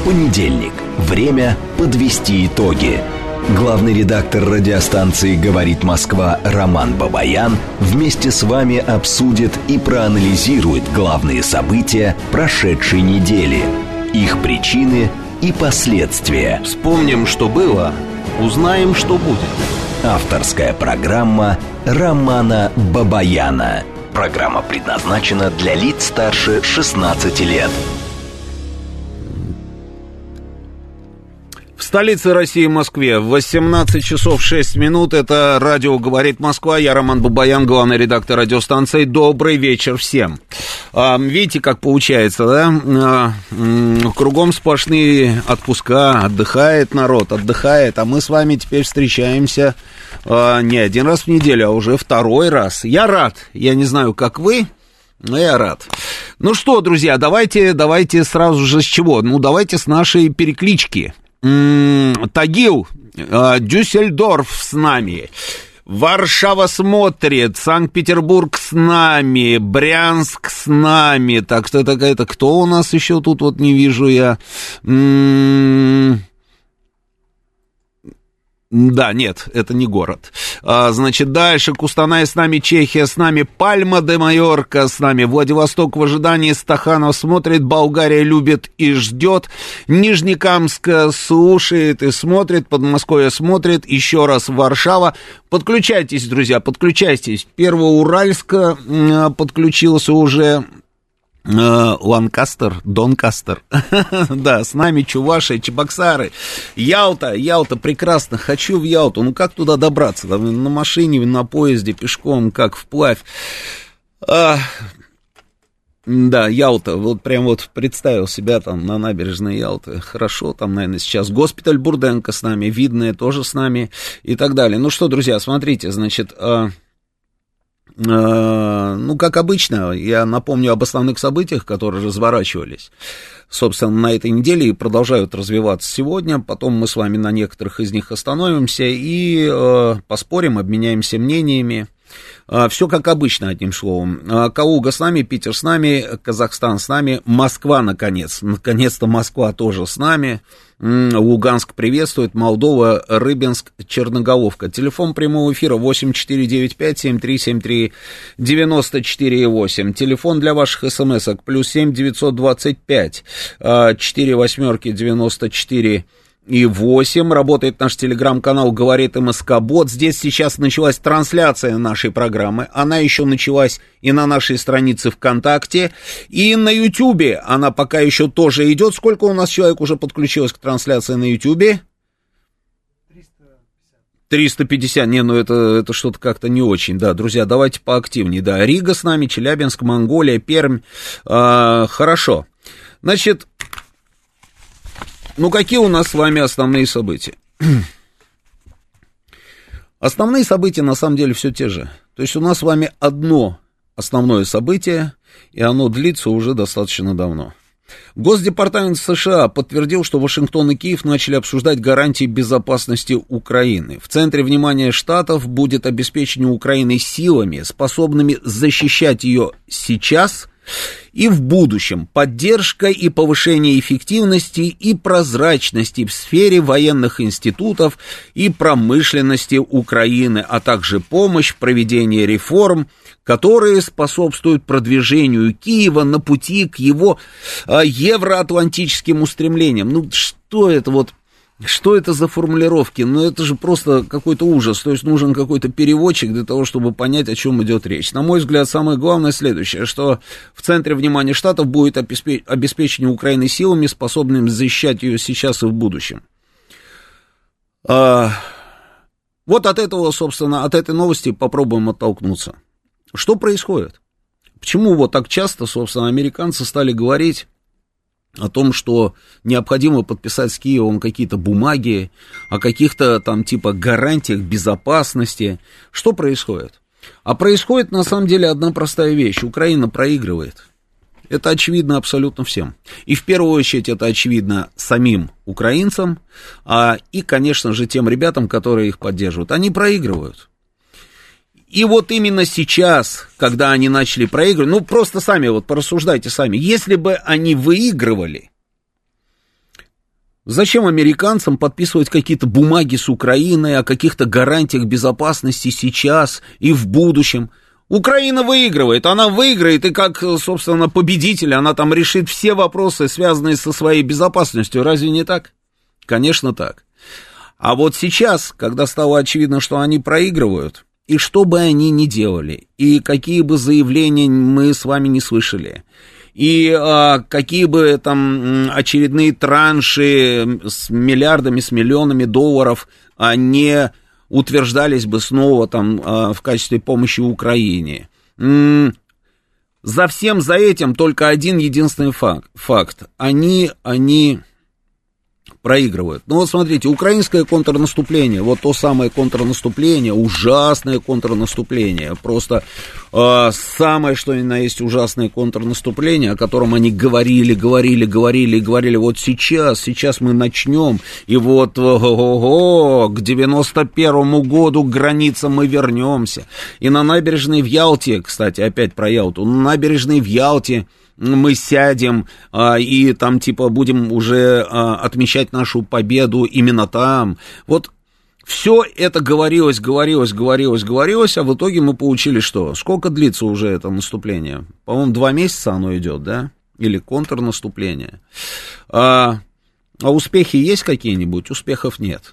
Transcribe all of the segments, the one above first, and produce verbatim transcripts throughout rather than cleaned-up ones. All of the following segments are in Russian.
Понедельник. Время подвести итоги. Главный редактор радиостанции «Говорит Москва» Роман Бабаян вместе с вами обсудит и проанализирует главные события прошедшей недели, их причины и последствия. Вспомним, что было, узнаем, что будет. Авторская программа Романа Бабаяна. Программа предназначена для лиц старше шестнадцати лет. В столице России, Москве, в восемнадцать часов шесть минут. Это радио «Говорит Москва». Я Роман Бабаян, главный редактор радиостанции. Добрый вечер всем. А, видите, как получается, да? А, м- кругом сплошные отпуска, отдыхает народ, отдыхает. А мы с вами теперь встречаемся а, не один раз в неделю, а уже второй раз. Я рад. Я не знаю, как вы, но я рад. Ну что, друзья, давайте, давайте сразу же с чего? Ну, давайте с нашей переклички. Тагил, Дюссельдорф с нами, Варшава смотрит, Санкт-Петербург с нами, Брянск с нами. Так что это, это кто у нас еще тут, вот не вижу я. М-м- Да, нет, это не город. А, значит, дальше Кустанай с нами, Чехия с нами, Пальма де Майорка с нами, Владивосток в ожидании, Стаханов смотрит, Болгария любит и ждет, Нижнекамск слушает и смотрит, Подмосковье смотрит, еще раз Варшава. Подключайтесь, друзья, подключайтесь. Первоуральск подключился уже. Ланкастер, Донкастер. Да, с нами Чувашия, Чебоксары, Ялта, Ялта, прекрасно, хочу в Ялту. Ну, как туда добраться? Там, на машине, на поезде, пешком, как вплавь. А, да, Ялта, вот прям вот представил себя там на набережной Ялты. Хорошо, там, наверное, сейчас госпиталь Бурденко с нами, Видное тоже с нами и так далее. Ну что, друзья, смотрите, значит... Ну, как обычно, я напомню об основных событиях, которые разворачивались, собственно, на этой неделе и продолжают развиваться сегодня. Потом мы с вами на некоторых из них остановимся и э, поспорим, обменяемся мнениями. Э, все как обычно, одним словом. Э, Калуга с нами, Питер с нами, Казахстан с нами, Москва, наконец. Наконец-то Москва тоже с нами. Луганск приветствует, Молдова, Рыбинск, Черноголовка. Телефон прямого эфира восемь четыре девять пять семь три семь три девять четыре восемь. Телефон для ваших смс-ок плюс семь девятьсот двадцать пять четыре восьмерки девяносто четыре и восемь. Работает наш телеграм-канал «Говорит МСК-бот». Здесь сейчас началась трансляция нашей программы. Она еще началась и на нашей странице ВКонтакте, и на Ютубе. Она пока еще тоже идет. Сколько у нас человек уже подключилось к трансляции на Ютубе? триста пятьдесят. Не, ну это, это что-то как-то не очень. Да, друзья, давайте поактивнее. Да, Рига с нами, Челябинск, Монголия, Пермь. А, хорошо. Значит... Ну, какие у нас с вами основные события? Основные события, на самом деле, все те же. То есть у нас с вами одно основное событие, и оно длится уже достаточно давно. Госдепартамент США подтвердил, что Вашингтон и Киев начали обсуждать гарантии безопасности Украины. В центре внимания Штатов будет обеспечение Украины силами, способными защищать ее сейчас и в будущем, поддержка и повышение эффективности и прозрачности в сфере военных институтов и промышленности Украины, а также помощь в проведении реформ, которые способствуют продвижению Киева на пути к его а, евроатлантическим устремлениям. Ну, что это вот... Что это за формулировки? Ну, это же просто какой-то ужас. То есть нужен какой-то переводчик для того, чтобы понять, о чем идет речь. На мой взгляд, самое главное следующее, что в центре внимания Штатов будет обеспечение Украины силами, способными защищать ее сейчас и в будущем. А, вот от этого, собственно, от этой новости попробуем оттолкнуться. Что происходит? Почему вот так часто, собственно, американцы стали говорить о том, что необходимо подписать с Киевом какие-то бумаги, о каких-то там типа гарантиях безопасности. Что происходит? А происходит на самом деле одна простая вещь. Украина проигрывает. Это очевидно абсолютно всем. И в первую очередь это очевидно самим украинцам, а, и, конечно же, тем ребятам, которые их поддерживают. Они проигрывают. И вот именно сейчас, когда они начали проигрывать, ну, просто сами вот порассуждайте сами, если бы они выигрывали, Зачем американцам подписывать какие-то бумаги с Украиной о каких-то гарантиях безопасности сейчас и в будущем? Украина выигрывает, она выиграет, и как, собственно, победитель, она там решит все вопросы, связанные со своей безопасностью. Разве не так? Конечно, так. А вот сейчас, когда стало очевидно, что они проигрывают, и что бы они ни делали, и какие бы заявления мы с вами не слышали, и а, какие бы там очередные транши с миллиардами, с миллионами долларов а, не утверждались бы снова там а, в качестве помощи Украине. М-м, за всем за этим только один единственный факт. факт. Они, они проигрывают. Ну вот смотрите, украинское контрнаступление, вот то самое контрнаступление, ужасное контрнаступление, просто э, самое, что ни на есть ужасное контрнаступление, о котором они говорили, говорили, говорили, говорили, вот сейчас, сейчас мы начнем, и вот ого-го, к девяносто первому году к границам мы вернемся. И на набережной в Ялте, кстати, опять про Ялту, на набережной в Ялте мы сядем а, и там типа будем уже а, отмечать нашу победу именно там. Вот все это говорилось, говорилось, говорилось, говорилось, а в итоге мы получили что? Сколько длится уже это наступление? По-моему, два месяца оно идет, да? Или контрнаступление. А, а успехи есть какие-нибудь? Успехов нет.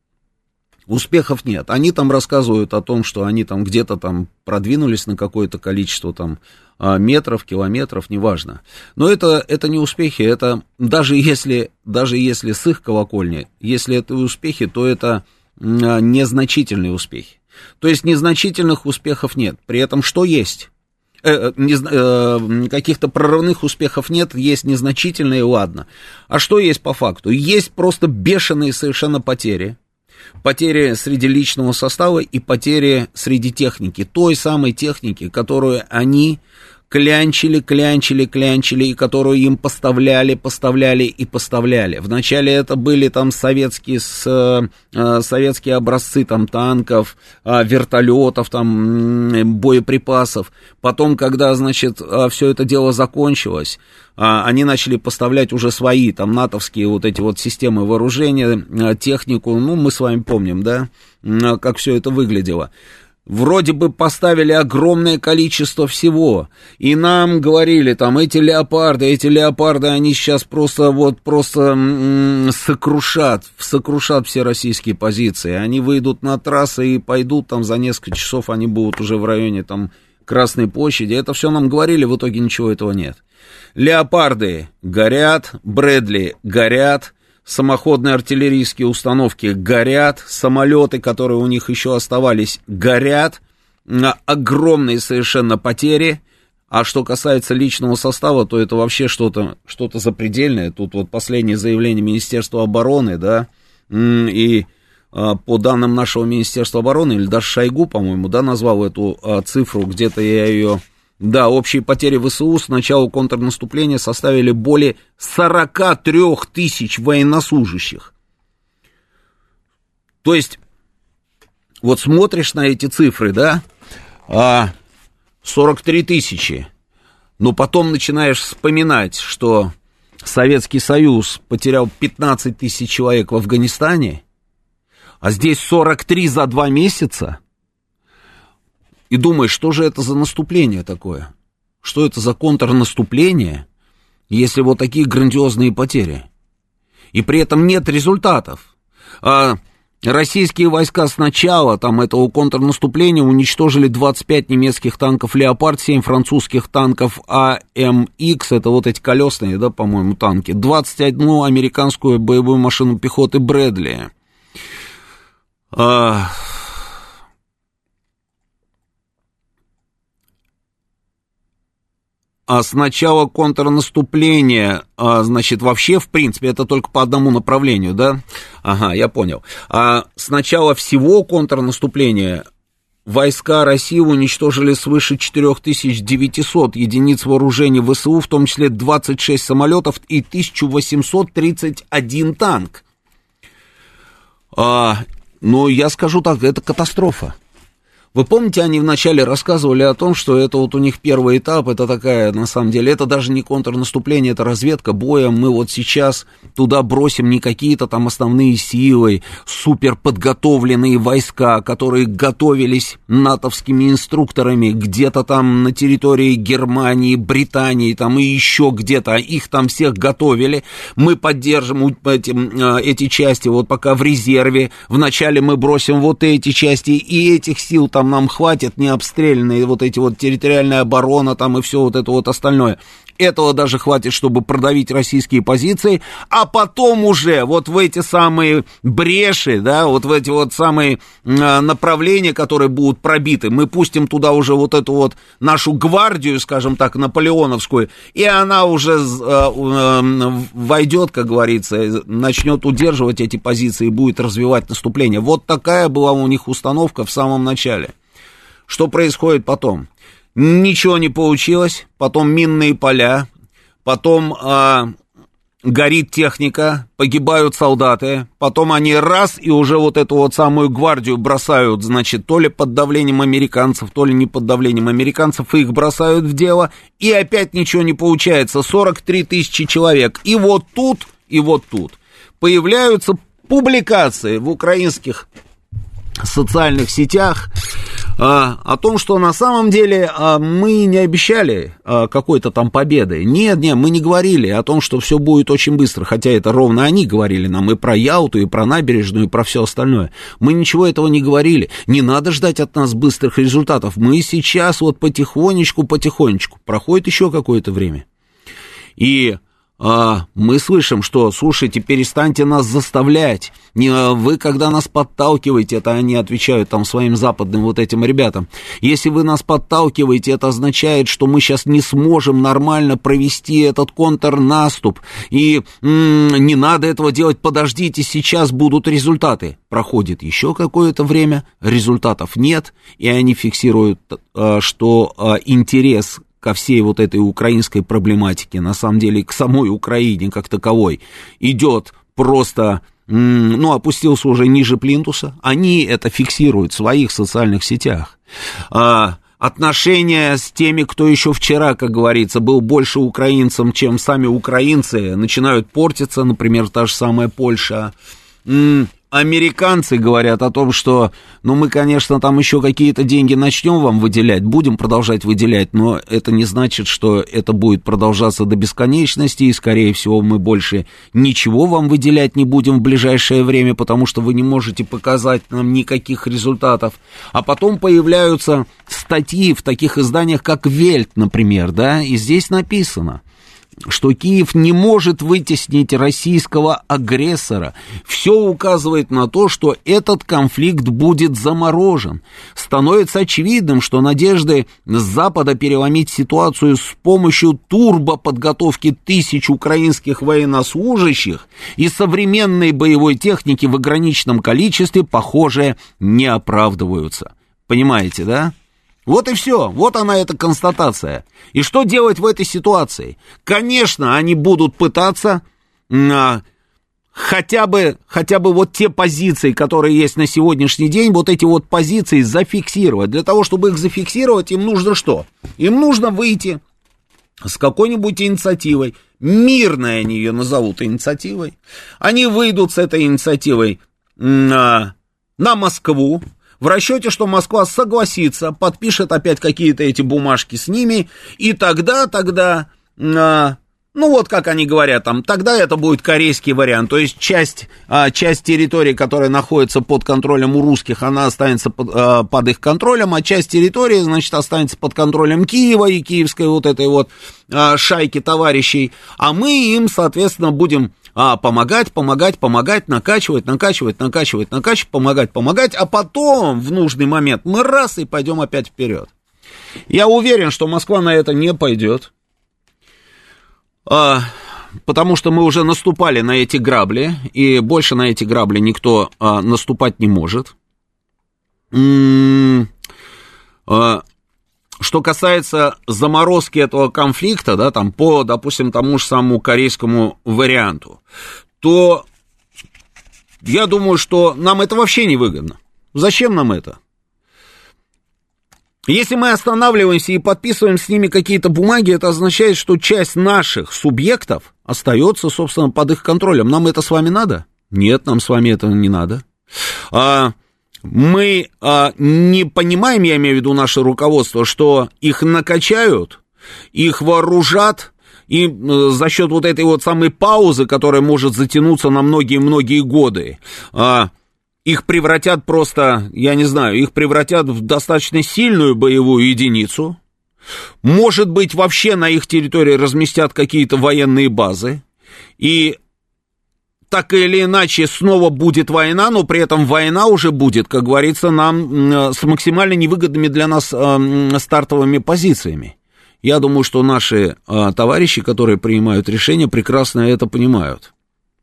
Успехов нет. Они там рассказывают о том, что они там где-то там продвинулись на какое-то количество там метров, километров, неважно. Но это, это не успехи, это даже если, даже если с их колокольни, если это успехи, то это незначительные успехи. То есть незначительных успехов нет. При этом что есть? Э, не, э, каких-то прорывных успехов нет, есть незначительные, ладно. А что есть по факту? Есть просто бешеные совершенно потери. Потери среди личного состава и потери среди техники, той самой техники, которую они клянчили, клянчили, клянчили, и которую им поставляли, поставляли и поставляли. Вначале это были там советские, с, э, советские образцы там, танков, э, вертолетов, там, э, боеприпасов. Потом, когда, значит, э, все это дело закончилось, э, они начали поставлять уже свои, там, натовские вот эти вот системы вооружения, э, технику. Ну, мы с вами помним, да, э, как все это выглядело. Вроде бы поставили огромное количество всего, и нам говорили, там, эти леопарды, эти леопарды, они сейчас просто, вот, просто м-м, сокрушат, сокрушат все российские позиции, они выйдут на трассы и пойдут, там, за несколько часов они будут уже в районе, там, Красной площади, это все нам говорили, в итоге ничего этого нет. Леопарды горят, Брэдли горят, самоходные артиллерийские установки горят, самолеты, которые у них еще оставались, горят, огромные совершенно потери, а что касается личного состава, то это вообще что-то, что-то запредельное, тут вот последнее заявление Министерства обороны, да, и по данным нашего Министерства обороны, или даже Шойгу, по-моему, да, назвал эту цифру, где-то я ее... Да, общие потери ВСУ с начала контрнаступления составили более сорок три тысяч военнослужащих. То есть, вот смотришь на эти цифры, да, сорок три тысячи, но потом начинаешь вспоминать, что Советский Союз потерял пятнадцать тысяч человек в Афганистане, а здесь сорок три за два месяца. И думаешь, что же это за наступление такое? Что это за контрнаступление, если вот такие грандиозные потери? И при этом нет результатов. А российские войска сначала там, этого контрнаступления уничтожили двадцать пять немецких танков «Леопард», семь французских танков А М Х, это вот эти колесные, да, по-моему, танки, двадцать одну американскую боевую машину пехоты «Брэдли». А... А с начала контрнаступления, а, значит, вообще, в принципе, это только по одному направлению, да? Ага, я понял. А с начала всего контрнаступления войска России уничтожили свыше четыре тысячи девятьсот единиц вооружения ВСУ, в том числе двадцать шесть самолетов и тысяча восемьсот тридцать один танк. А, ну, я скажу так, это катастрофа. Вы помните, они вначале рассказывали о том, что это вот у них первый этап, это такая, на самом деле, это даже не контрнаступление, это разведка боем, мы вот сейчас туда бросим не какие-то там основные силы, суперподготовленные войска, которые готовились натовскими инструкторами где-то там на территории Германии, Британии, там и еще где-то, их там всех готовили, мы поддержим эти, эти части вот пока в резерве, вначале мы бросим вот эти части, и этих сил там нам хватит, не обстрелянные вот эти вот территориальная оборона там и все вот это вот остальное. Этого даже хватит, чтобы продавить российские позиции, а потом уже вот в эти самые бреши, да, вот в эти вот самые направления, которые будут пробиты, мы пустим туда уже вот эту вот нашу гвардию, скажем так, наполеоновскую, и она уже войдет, как говорится, начнет удерживать эти позиции и будет развивать наступление. Вот такая была у них установка в самом начале. Что происходит потом? Ничего не получилось, потом минные поля, потом а, горит техника, погибают солдаты, потом они раз и уже вот эту вот самую гвардию бросают, значит, то ли под давлением американцев, то ли не под давлением американцев, их бросают в дело, и опять ничего не получается, сорок три тысячи человек, и вот тут, и вот тут появляются публикации в украинских социальных сетях а, о том, что на самом деле а, мы не обещали а, какой-то там победы. Нет, нет, мы не говорили о том, что все будет очень быстро, хотя это ровно они говорили нам и про Ялту, и про набережную, и про все остальное. Мы ничего этого не говорили. Не надо ждать от нас быстрых результатов. Мы сейчас вот потихонечку, потихонечку. Проходит еще какое-то время. И... А, мы слышим, что, слушайте, перестаньте нас заставлять, не, вы, когда нас подталкиваете, это они отвечают там своим западным вот этим ребятам, если вы нас подталкиваете, это означает, что мы сейчас не сможем нормально провести этот контрнаступ, и м-м, не надо этого делать, подождите, сейчас будут результаты. Проходит еще какое-то время, результатов нет, и они фиксируют, что интерес ко всей вот этой украинской проблематике, на самом деле к самой Украине как таковой, идет просто, ну, опустился уже ниже плинтуса. Они это фиксируют в своих социальных сетях. А, отношения с теми, кто еще вчера, как говорится, был больше украинцем, чем сами украинцы, начинают портиться, например, та же самая Польша. Американцы говорят о том, что, ну, мы, конечно, там еще какие-то деньги начнем вам выделять, будем продолжать выделять, но это не значит, что это будет продолжаться до бесконечности, и, скорее всего, мы больше ничего вам выделять не будем в ближайшее время, потому что вы не можете показать нам никаких результатов. А потом появляются статьи в таких изданиях, как «Вельт», например, да, и здесь написано, что Киев не может вытеснить российского агрессора. Все указывает на то, что этот конфликт будет заморожен. Становится очевидным, что надежды с Запада переломить ситуацию с помощью турбоподготовки тысяч украинских военнослужащих и современной боевой техники в ограниченном количестве, похоже, не оправдываются. Понимаете, да? Вот и все, вот она, эта констатация. И что делать в этой ситуации? Конечно, они будут пытаться а, хотя бы, хотя бы вот те позиции, которые есть на сегодняшний день, вот эти вот позиции зафиксировать. Для того, чтобы их зафиксировать, им нужно что? Им нужно выйти с какой-нибудь инициативой. Мирной они ее назовут инициативой. Они выйдут с этой инициативой на, на Москву, в расчете, что Москва согласится, подпишет опять какие-то эти бумажки с ними, и тогда, тогда, а, ну вот как они говорят там, тогда это будет корейский вариант, то есть часть, а, часть территории, которая находится под контролем у русских, она останется под, а, под их контролем, а часть территории, значит, останется под контролем Киева и киевской вот этой вот а, шайки товарищей, а мы им, соответственно, будем... А, помогать, помогать, помогать, накачивать, накачивать, накачивать, накачивать, помогать, помогать, а потом в нужный момент мы раз и пойдем опять вперед. Я уверен, что Москва на это не пойдет, а, потому что мы уже наступали на эти грабли, и больше на эти грабли никто а, наступать не может. М-м- а, Что касается заморозки этого конфликта, да, там, по, допустим, тому же самому корейскому варианту, то я думаю, что нам это вообще не выгодно. Зачем нам это? Если мы останавливаемся и подписываем с ними какие-то бумаги, это означает, что часть наших субъектов остается, собственно, под их контролем. Нам это с вами надо? Нет, нам с вами это не надо. А, мы а, не понимаем, я имею в виду наше руководство, что их накачают, их вооружат, и а, за счет вот этой вот самой паузы, которая может затянуться на многие-многие годы, а, их превратят просто, я не знаю, их превратят в достаточно сильную боевую единицу. Может быть, вообще на их территории разместят какие-то военные базы. И так или иначе снова будет война, но при этом война уже будет, как говорится, нам с максимально невыгодными для нас стартовыми позициями. Я думаю, что наши товарищи, которые принимают решения, прекрасно это понимают.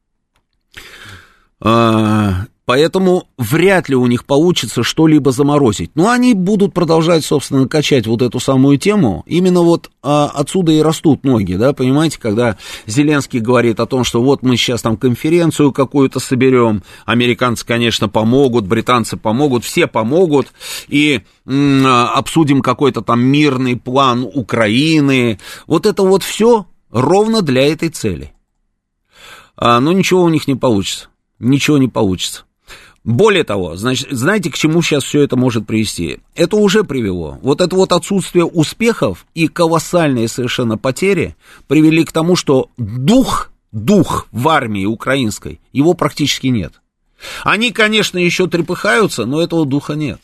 Поэтому вряд ли у них получится что-либо заморозить. Но они будут продолжать, собственно, качать вот эту самую тему. Именно вот а, отсюда и растут ноги, да, понимаете, когда Зеленский говорит о том, что вот мы сейчас там конференцию какую-то соберем, американцы, конечно, помогут, британцы помогут, все помогут, и м, обсудим какой-то там мирный план Украины. Вот это вот все ровно для этой цели. А, но ничего у них не получится. Ничего не получится. Более того, значит, знаете, к чему сейчас все это может привести? Это уже привело. Вот это вот отсутствие успехов и колоссальные совершенно потери привели к тому, что дух, дух в армии украинской, его практически нет. Они, конечно, еще трепыхаются, но этого духа нет.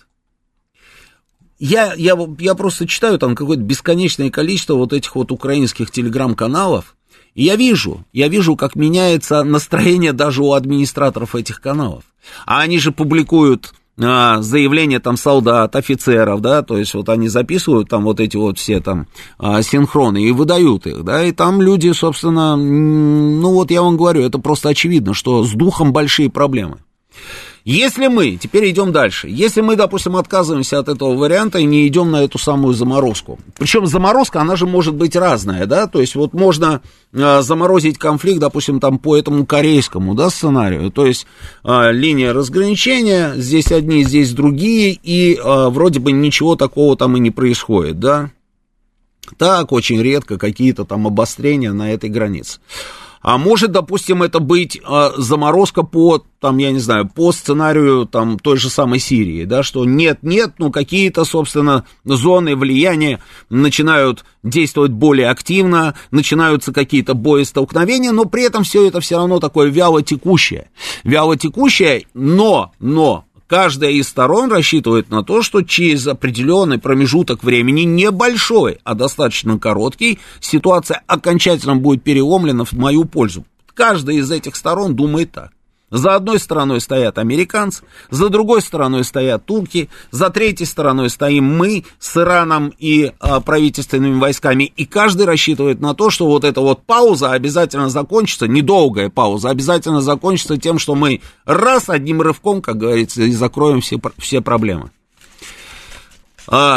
Я, я, я просто читаю там какое-то бесконечное количество вот этих вот украинских телеграм-каналов, и я вижу, я вижу, как меняется настроение даже у администраторов этих каналов. А они же публикуют а, заявления там солдат, офицеров, да, то есть вот они записывают там вот эти вот все там а, синхроны и выдают их, да, и там люди, собственно, ну вот я вам говорю, это просто очевидно, что с духом большие проблемы. Если мы, теперь идем дальше, если мы, допустим, отказываемся от этого варианта и не идем на эту самую заморозку, причем заморозка, она же может быть разная, да, то есть вот можно э, заморозить конфликт, допустим, там по этому корейскому, да, сценарию, то есть э, линия разграничения, здесь одни, здесь другие, и э, вроде бы ничего такого там и не происходит, да, так, очень редко какие-то там обострения на этой границе. А может, допустим, это быть э, заморозка по, там, я не знаю, по сценарию там, той же самой Сирии, да, что нет-нет, ну, какие-то, собственно, зоны влияния начинают действовать более активно, начинаются какие-то боестолкновения, но при этом все это все равно такое вялотекущее. Вялотекущее, но, но... Каждая из сторон рассчитывает на то, что через определенный промежуток времени, небольшой, а достаточно короткий, ситуация окончательно будет переломлена в мою пользу. Каждая из этих сторон думает так. За одной стороной стоят американцы, за другой стороной стоят турки, за третьей стороной стоим мы с Ираном и а, правительственными войсками, и каждый рассчитывает на то, что вот эта вот пауза обязательно закончится, недолгая пауза, обязательно закончится тем, что мы раз, одним рывком, как говорится, и закроем все, все проблемы. А...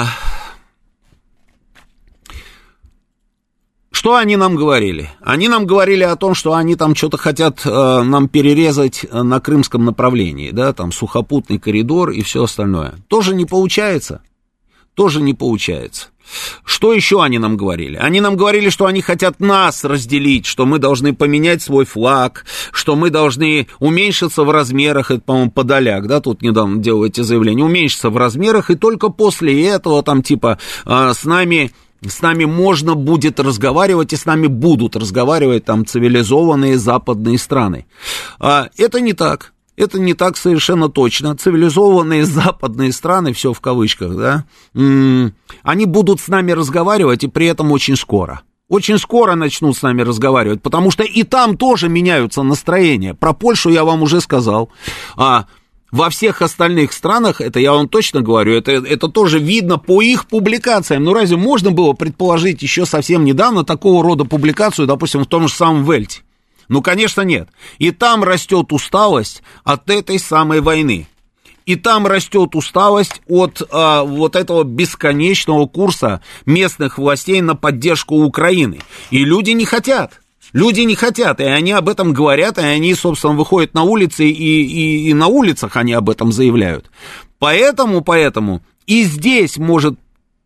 Что они нам говорили? Они нам говорили о том, что они там что-то хотят э, нам перерезать на крымском направлении, да, там сухопутный коридор и все остальное. Тоже не получается. Тоже не получается. Что еще они нам говорили? Они нам говорили, что они хотят нас разделить, что мы должны поменять свой флаг, что мы должны уменьшиться в размерах, это, по-моему, Подоляк, да, тут недавно делал эти заявления, уменьшиться в размерах, и только после этого там типа э, с нами... С нами можно будет разговаривать, и с нами будут разговаривать там цивилизованные западные страны. А, это не так. Это не так совершенно точно. Цивилизованные западные страны, все в кавычках, да, м-м, они будут с нами разговаривать, и при этом очень скоро. Очень скоро начнут с нами разговаривать, потому что и там тоже меняются настроения. Про Польшу я вам уже сказал. А во всех остальных странах, это я вам точно говорю, это, это тоже видно по их публикациям. Ну, разве можно было предположить еще совсем недавно такого рода публикацию, допустим, в том же самом Вельте? Ну, конечно, нет. И там растет усталость от этой самой войны. И там растет усталость от а, вот этого бесконечного курса местных властей на поддержку Украины. И люди не хотят. Люди не хотят, и они об этом говорят, и они, собственно, выходят на улицы, и, и, и на улицах они об этом заявляют. Поэтому, поэтому и здесь может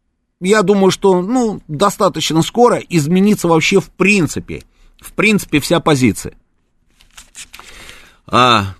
я думаю, что, ну, достаточно скоро изменится вообще в принципе, в принципе вся позиция. А...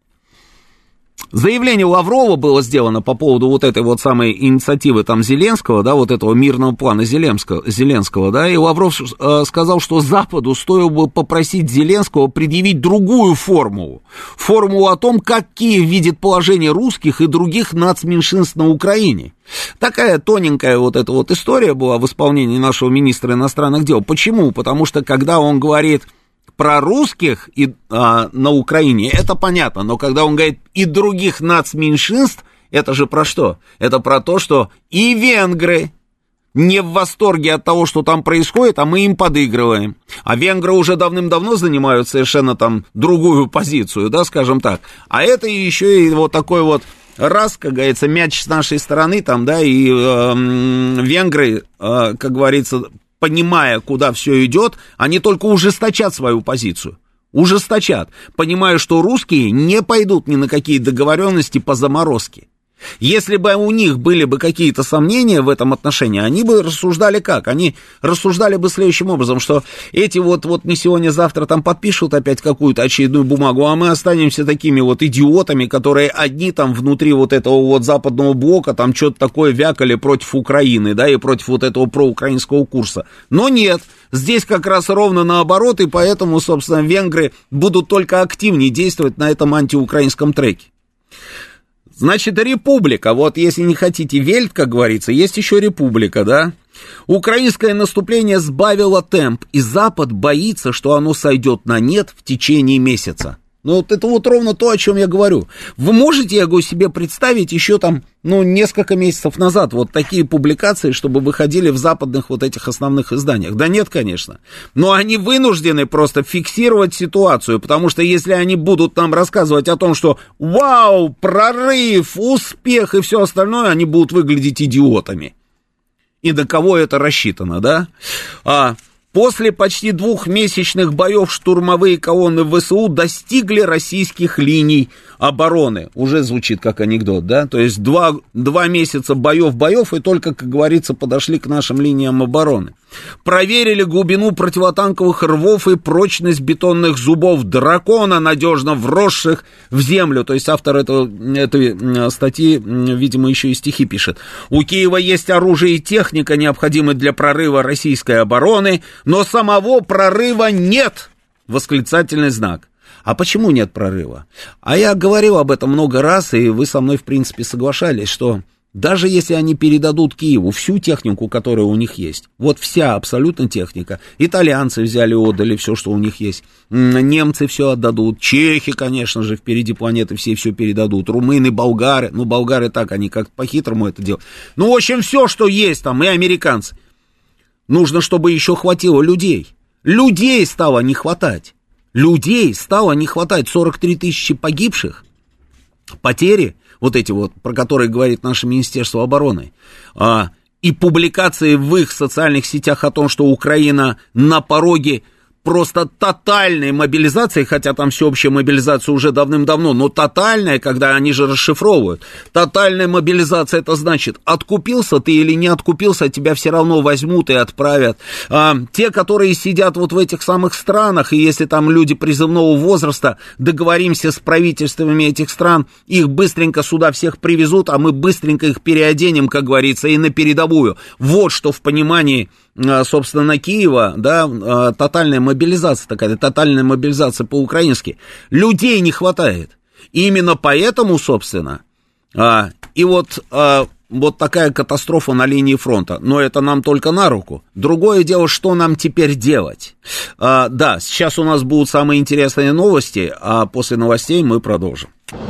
Заявление Лаврова было сделано по поводу вот этой вот самой инициативы там Зеленского, да, вот этого мирного плана Зеленского, Зеленского, да, и Лавров э, сказал, что Западу стоило бы попросить Зеленского предъявить другую формулу, формулу о том, как Киев видит положение русских и других нацменьшинств на Украине. Такая тоненькая вот эта вот история была в исполнении нашего министра иностранных дел. Почему? Потому что когда он говорит... про русских и, а, на Украине, это понятно, но когда он говорит и других нацменьшинств, это же про что? Это про то, что и венгры не в восторге от того, что там происходит, а мы им подыгрываем. А венгры уже давным-давно занимают совершенно там другую позицию, да, скажем так. А это еще и вот такой вот раз, как говорится, мяч с нашей стороны, там, да, и э, венгры, э, как говорится, понимая, куда все идет, они только ужесточат свою позицию. Ужесточат, понимая, что русские не пойдут ни на какие договоренности по заморозке. Если бы у них были бы какие-то сомнения в этом отношении, они бы рассуждали как? Они рассуждали бы следующим образом, что эти вот, вот не сегодня-завтра там подпишут опять какую-то очередную бумагу, а мы останемся такими вот идиотами, которые одни там внутри вот этого вот западного блока там что-то такое вякали против Украины, да, и против вот этого проукраинского курса. Но нет, здесь как раз ровно наоборот, и поэтому, собственно, венгры будут только активнее действовать на этом антиукраинском треке. Значит, республика, вот если не хотите вельт, как говорится, есть еще республика, да? Украинское наступление сбавило темп, и Запад боится, что оно сойдет на нет в течение месяца. Ну, вот это вот ровно то, о чем я говорю. Вы можете, я говорю, себе представить еще там, ну, несколько месяцев назад вот такие публикации, чтобы выходили в западных вот этих основных изданиях? Да нет, конечно. Но они вынуждены просто фиксировать ситуацию, потому что если они будут нам рассказывать о том, что вау, прорыв, успех и все остальное, они будут выглядеть идиотами. И на кого это рассчитано, да? А... После почти двухмесячных боев штурмовые колонны ВСУ достигли российских линий обороны. Уже звучит как анекдот, да? То есть два, два месяца боев-боев и только, как говорится, подошли к нашим линиям обороны. Проверили глубину противотанковых рвов и прочность бетонных зубов дракона, надежно вросших в землю. То есть автор этого, этой статьи, видимо, еще и стихи пишет. У Киева есть оружие и техника, необходимые для прорыва российской обороны, но самого прорыва нет! Восклицательный знак. А почему нет прорыва? А я говорил об этом много раз, и вы со мной, в принципе, соглашались, что даже если они передадут Киеву всю технику, которая у них есть, вот вся абсолютно техника, итальянцы взяли, отдали все, что у них есть, немцы все отдадут, чехи, конечно же, впереди планеты все все передадут, румыны, болгары, ну, болгары так, они как по-хитрому это делают, ну, в общем, все, что есть там, и американцы. Нужно, чтобы еще хватило людей. Людей стало не хватать. Людей стало не хватать. сорок три тысячи погибших. Потери, вот эти вот, про которые говорит наше Министерство обороны. А, и публикации в их социальных сетях о том, что Украина на пороге просто тотальной мобилизации, хотя там всеобщая мобилизация уже давным-давно, но тотальная, когда они же расшифровывают. Тотальная мобилизация, это значит, откупился ты или не откупился, тебя все равно возьмут и отправят. А, те, которые сидят вот в этих самых странах, и если там люди призывного возраста, договоримся с правительствами этих стран, их быстренько сюда всех привезут, а мы быстренько их переоденем, как говорится, и на передовую. Вот что в понимании, собственно, на Киева, да, тотальная мобилизация такая, тотальная мобилизация по-украински. Людей не хватает. И именно поэтому, собственно, а, и вот, а, вот такая катастрофа на линии фронта. Но это нам только на руку. Другое дело, что нам теперь делать. А, да, сейчас у нас будут самые интересные новости, а после новостей мы продолжим.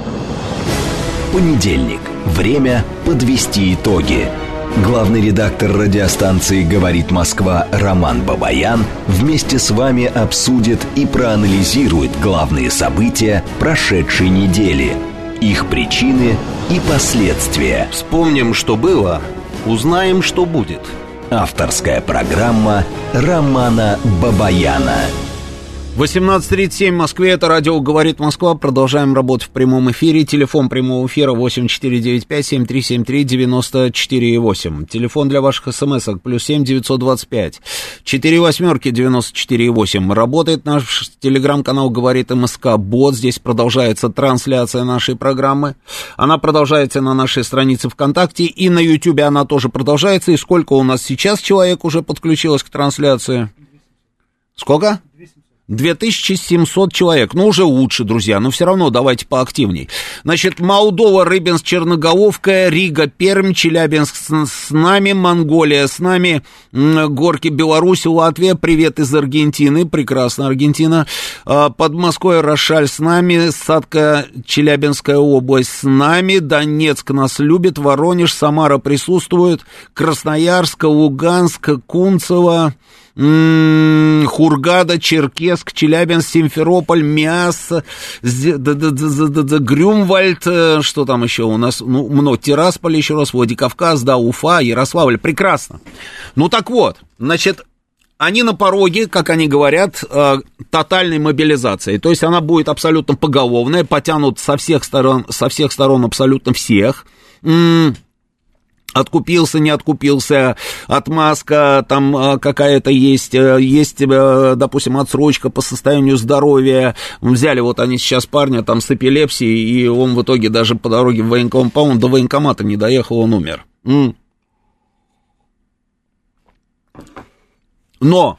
Понедельник. Время подвести итоги. Главный редактор радиостанции «Говорит Москва» Роман Бабаян вместе с вами обсудит и проанализирует главные события прошедшей недели, их причины и последствия. Вспомним, что было, узнаем, что будет. Авторская программа Романа Бабаяна. восемнадцать тридцать семь в Москве, это радио «Говорит Москва». Продолжаем работать в прямом эфире. Телефон прямого эфира восемь четыре девять пять семь три семь три девять четыре восемь. Телефон для ваших смс-ок плюс семь девятьсот двадцать пять четыре восьмерки девяносто четыре восемь. Работает наш телеграм-канал «Говорит МСК Бот». Здесь продолжается трансляция нашей программы. Она продолжается на нашей странице ВКонтакте, и на Ютубе она тоже продолжается. И сколько у нас сейчас человек уже подключилось к трансляции? Сколько? две тысячи семьсот человек, ну уже лучше, друзья, но все равно давайте поактивней. Значит, Молдова, Рыбинск, Черноголовка, Рига, Пермь, Челябинск с, с нами, Монголия с нами, Горки, Беларусь, Латвия, привет из Аргентины, прекрасно, Аргентина, Подмосковье, Рошаль с нами, Садка, Челябинская область с нами, Донецк нас любит, Воронеж, Самара присутствует, Красноярск, Луганск, Кунцево, Хургада, Черкесск, Челябинск, Симферополь, Миас, Грюмвальд, что там еще у нас, ну, много, Тирасполь еще раз, Владикавказ, да, Уфа, Ярославль, прекрасно. Ну, так вот, значит, они на пороге, как они говорят, тотальной мобилизации, то есть она будет абсолютно поголовная, потянут со всех сторон, со всех сторон абсолютно всех. Откупился, не откупился, отмазка там какая-то есть, есть, допустим, отсрочка по состоянию здоровья. Взяли вот они сейчас парня там с эпилепсией, и он в итоге даже по дороге в военкомат, по-моему, до военкомата не доехал, он умер. Но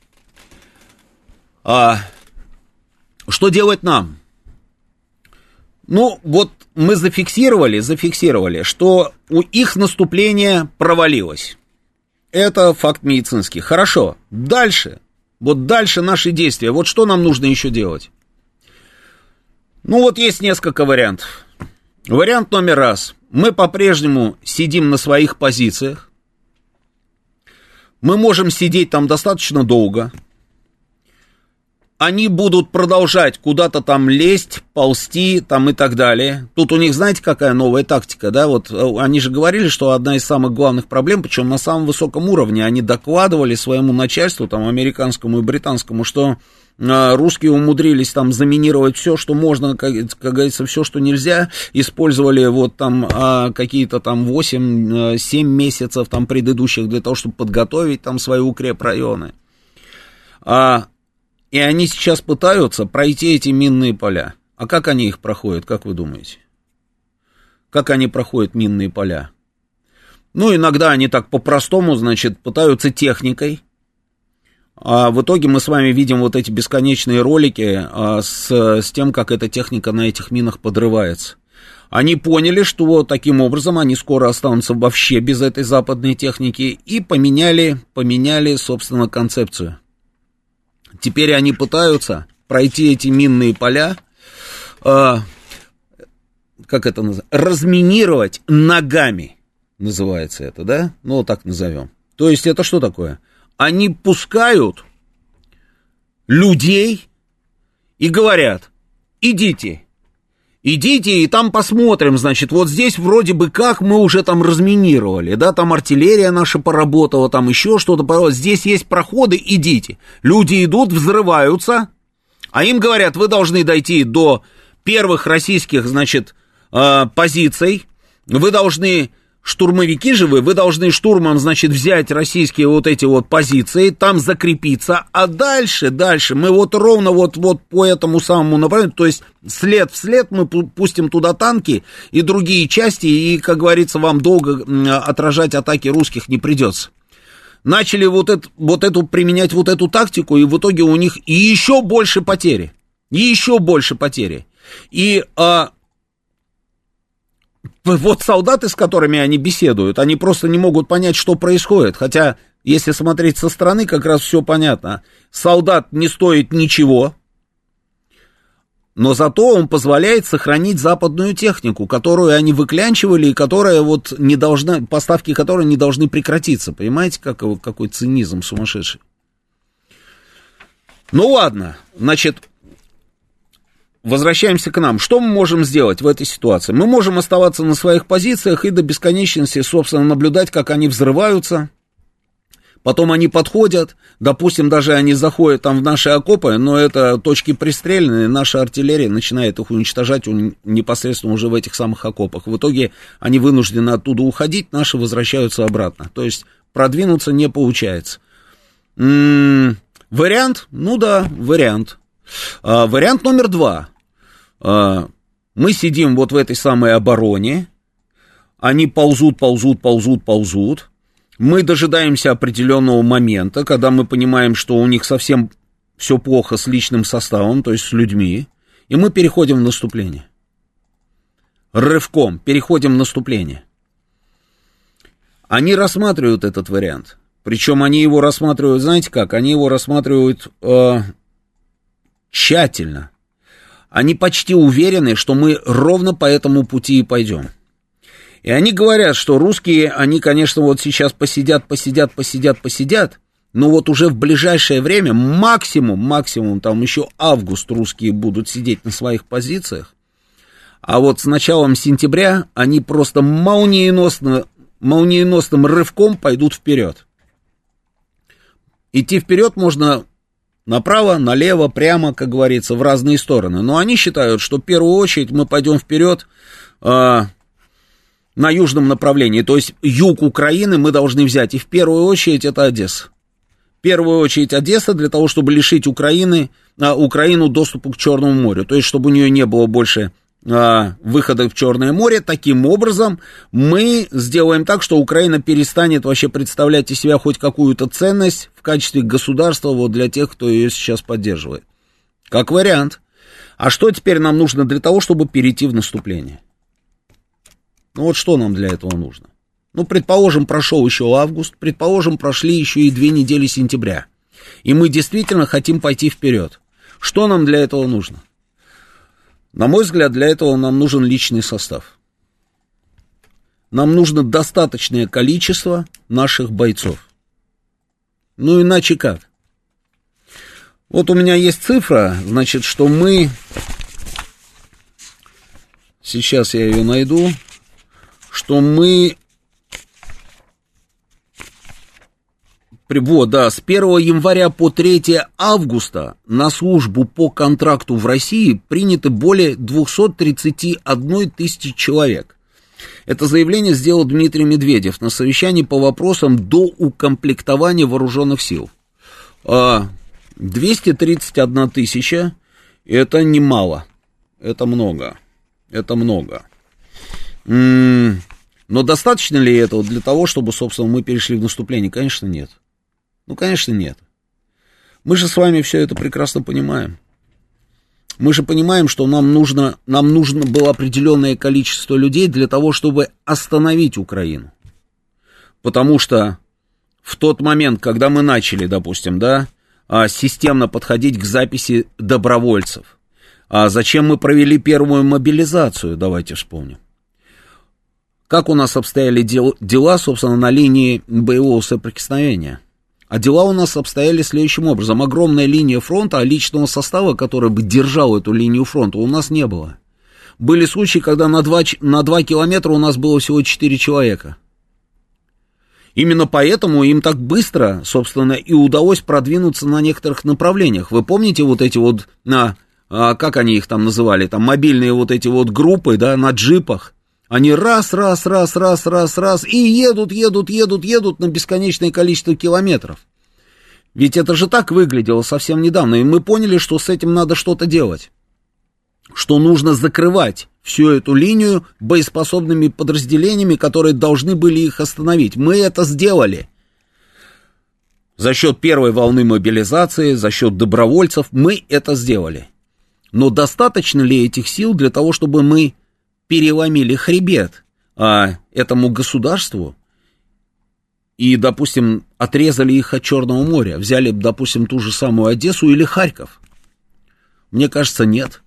а, что делать нам? Ну, вот мы зафиксировали, зафиксировали, что у их наступление провалилось. Это факт медицинский. Хорошо. Дальше. Вот дальше наши действия. Вот что нам нужно еще делать? Ну, вот есть несколько вариантов. Вариант номер раз. Мы по-прежнему сидим на своих позициях. Мы можем сидеть там достаточно долго. Они будут продолжать куда-то там лезть, ползти там и так далее. Тут у них, знаете, какая новая тактика, да? Вот они же говорили, что одна из самых главных проблем, причем на самом высоком уровне, они докладывали своему начальству, там, американскому и британскому, что э, русские умудрились там заминировать все, что можно, как, как говорится, все, что нельзя. Использовали вот там э, какие-то там восемь-семь месяцев там предыдущих для того, чтобы подготовить там свои укрепрайоны. А И они сейчас пытаются пройти эти минные поля. А как они их проходят, как вы думаете? Как они проходят минные поля? Ну, иногда они так по-простому, значит, пытаются техникой. А в итоге мы с вами видим вот эти бесконечные ролики а, с, с тем, как эта техника на этих минах подрывается. Они поняли, что таким образом они скоро останутся вообще без этой западной техники, и поменяли, поменяли, собственно, концепцию. Теперь они пытаются пройти эти минные поля, э, как это называется, разминировать ногами, называется это, да? Ну, вот так назовем. То есть это что такое? Они пускают людей и говорят: идите, идите, и там посмотрим, значит, вот здесь вроде бы как мы уже там разминировали, да, там артиллерия наша поработала, там еще что-то, здесь есть проходы, идите. Люди идут, взрываются, а им говорят: вы должны дойти до первых российских, значит, позиций, вы должны, штурмовики же вы, вы должны штурмом, значит, взять российские вот эти вот позиции, там закрепиться, а дальше, дальше мы вот ровно вот, вот по этому самому направлению, то есть след в след мы пустим туда танки и другие части, и, как говорится, вам долго отражать атаки русских не придется. Начали вот, это, вот эту применять вот эту тактику, и в итоге у них и еще больше потери, и еще больше потери. И а, вот солдаты, с которыми они беседуют, они просто не могут понять, что происходит. Хотя, если смотреть со стороны, как раз все понятно. Солдат не стоит ничего, но зато он позволяет сохранить западную технику, которую они выклянчивали и которая вот не должна, поставки которой не должны прекратиться. Понимаете, как, какой цинизм сумасшедший? Ну ладно, значит, возвращаемся к нам. Что мы можем сделать в этой ситуации? Мы можем оставаться на своих позициях и до бесконечности, собственно, наблюдать, как они взрываются, Потом они подходят, допустим, даже они заходят там в наши окопы, но это точки пристреленные, наша артиллерия начинает их уничтожать непосредственно уже в этих самых окопах. В итоге они вынуждены оттуда уходить, наши возвращаются обратно. То есть продвинуться не получается. М-м- вариант? Ну да, вариант. А, вариант номер два. А, мы сидим вот в этой самой обороне, они ползут, ползут, ползут, ползут. Мы дожидаемся определенного момента, когда мы понимаем, что у них совсем все плохо с личным составом, то есть с людьми, и мы переходим в наступление. Рывком переходим в наступление. Они рассматривают этот вариант. Причем они его рассматривают, знаете как? Они его рассматривают э, тщательно. Они почти уверены, что мы ровно по этому пути и пойдем. И они говорят, что русские, они, конечно, вот сейчас посидят, посидят, посидят, посидят, но вот уже в ближайшее время, максимум, максимум, там еще август русские будут сидеть на своих позициях, а вот с началом сентября они просто молниеносно, молниеносным рывком пойдут вперед. Идти вперед можно направо, налево, прямо, как говорится, в разные стороны, но они считают, что в первую очередь мы пойдем вперед, а, на южном направлении, то есть юг Украины мы должны взять, и в первую очередь это Одесса. В первую очередь Одесса для того, чтобы лишить Украины, а, Украину доступа к Черному морю, то есть чтобы у нее не было больше а, выхода в Черное море. Таким образом мы сделаем так, что Украина перестанет вообще представлять из себя хоть какую-то ценность в качестве государства вот для тех, кто ее сейчас поддерживает. Как вариант. А что теперь нам нужно для того, чтобы перейти в наступление? Ну вот что нам для этого нужно? Ну, предположим, прошел еще август, предположим, прошли еще и две недели сентября. И мы действительно хотим пойти вперед. Что нам для этого нужно? На мой взгляд, для этого нам нужен личный состав. Нам нужно достаточное количество наших бойцов. Ну, иначе как? Вот у меня есть цифра, значит, что мы... Сейчас я ее найду... что мы, вот, да, с первого января по третьего августа на службу по контракту в России приняты более двести тридцать одна тысяча человек. Это заявление сделал Дмитрий Медведев на совещании по вопросам доукомплектования вооруженных сил. двести тридцать одна тысяча, это немало, это много, это много. Но достаточно ли этого для того, чтобы, собственно, мы перешли в наступление? Конечно, нет. Ну, конечно, нет. Мы же с вами все это прекрасно понимаем. Мы же понимаем, что нам нужно, нам нужно было определенное количество людей для того, чтобы остановить Украину. Потому что в тот момент, когда мы начали, допустим, да, системно подходить к записи добровольцев, а зачем мы провели первую мобилизацию, давайте вспомним. Как у нас обстояли дел, дела, собственно, на линии боевого соприкосновения? А дела у нас обстояли следующим образом. Огромная линия фронта, а личного состава, который бы держал эту линию фронта, у нас не было. Были случаи, когда на два, на два километра у нас было всего четыре человека. Именно поэтому им так быстро, собственно, и удалось продвинуться на некоторых направлениях. Вы помните вот эти вот, на, а, как они их там называли, там мобильные вот эти вот группы, да, на джипах? Они раз, раз, раз, раз, раз, раз, и едут, едут, едут, едут на бесконечное количество километров. Ведь это же так выглядело совсем недавно, и мы поняли, что с этим надо что-то делать. Что нужно закрывать всю эту линию боеспособными подразделениями, которые должны были их остановить. Мы это сделали. За счет первой волны мобилизации, за счет добровольцев мы это сделали. Но достаточно ли этих сил для того, чтобы мы переломили хребет а, этому государству и, допустим, отрезали их от Черного моря, взяли, допустим, ту же самую Одессу или Харьков? Мне кажется, нет.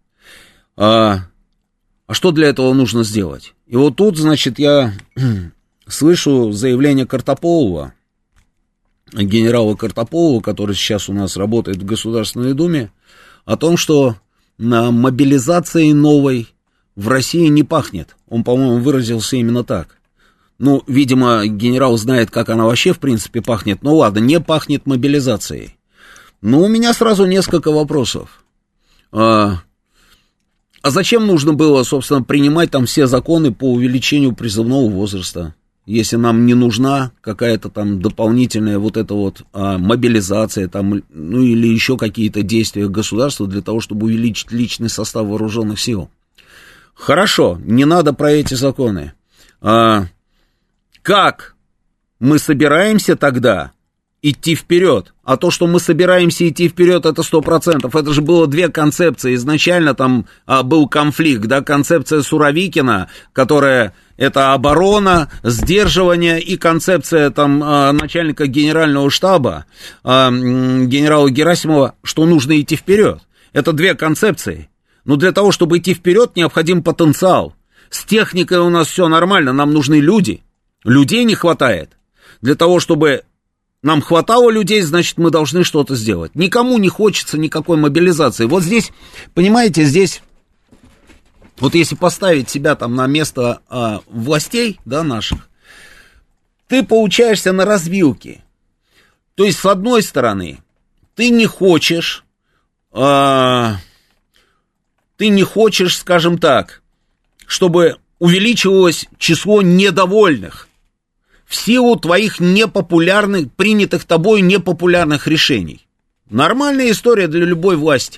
А, а что для этого нужно сделать? И вот тут, значит, я слышу заявление Картополова, генерала Картополова, который сейчас у нас работает в Государственной Думе, о том, что на мобилизации новой в России не пахнет. Он, по-моему, выразился именно так. ну, видимо, генерал знает, как она вообще, в принципе, пахнет. Ну, ладно, не пахнет мобилизацией. Ну, у меня сразу несколько вопросов. А, а зачем нужно было, собственно, принимать там все законы по увеличению призывного возраста, если нам не нужна какая-то там дополнительная вот эта вот а, мобилизация, там, ну, или еще какие-то действия государства для того, чтобы увеличить личный состав вооруженных сил? Хорошо, не надо про эти законы. А, как мы собираемся тогда идти вперед? А то, что мы собираемся идти вперед, это сто процентов. Это же было две концепции. Изначально там а, был конфликт, да, концепция Суровикина, которая это оборона, сдерживание, и концепция там а, начальника генерального штаба, а, генерала Герасимова, что нужно идти вперед. Это две концепции. Но для того, чтобы идти вперед, необходим потенциал. С техникой у нас все нормально, нам нужны люди. Людей не хватает. Для того, чтобы нам хватало людей, значит, мы должны что-то сделать. Никому не хочется никакой мобилизации. Вот здесь, понимаете, здесь, вот если поставить себя там на место а, властей, да, наших, ты получаешься на развилке. То есть, с одной стороны, ты не хочешь, а, ты не хочешь, скажем так, чтобы увеличивалось число недовольных в силу твоих непопулярных, принятых тобой непопулярных решений. Нормальная история для любой власти.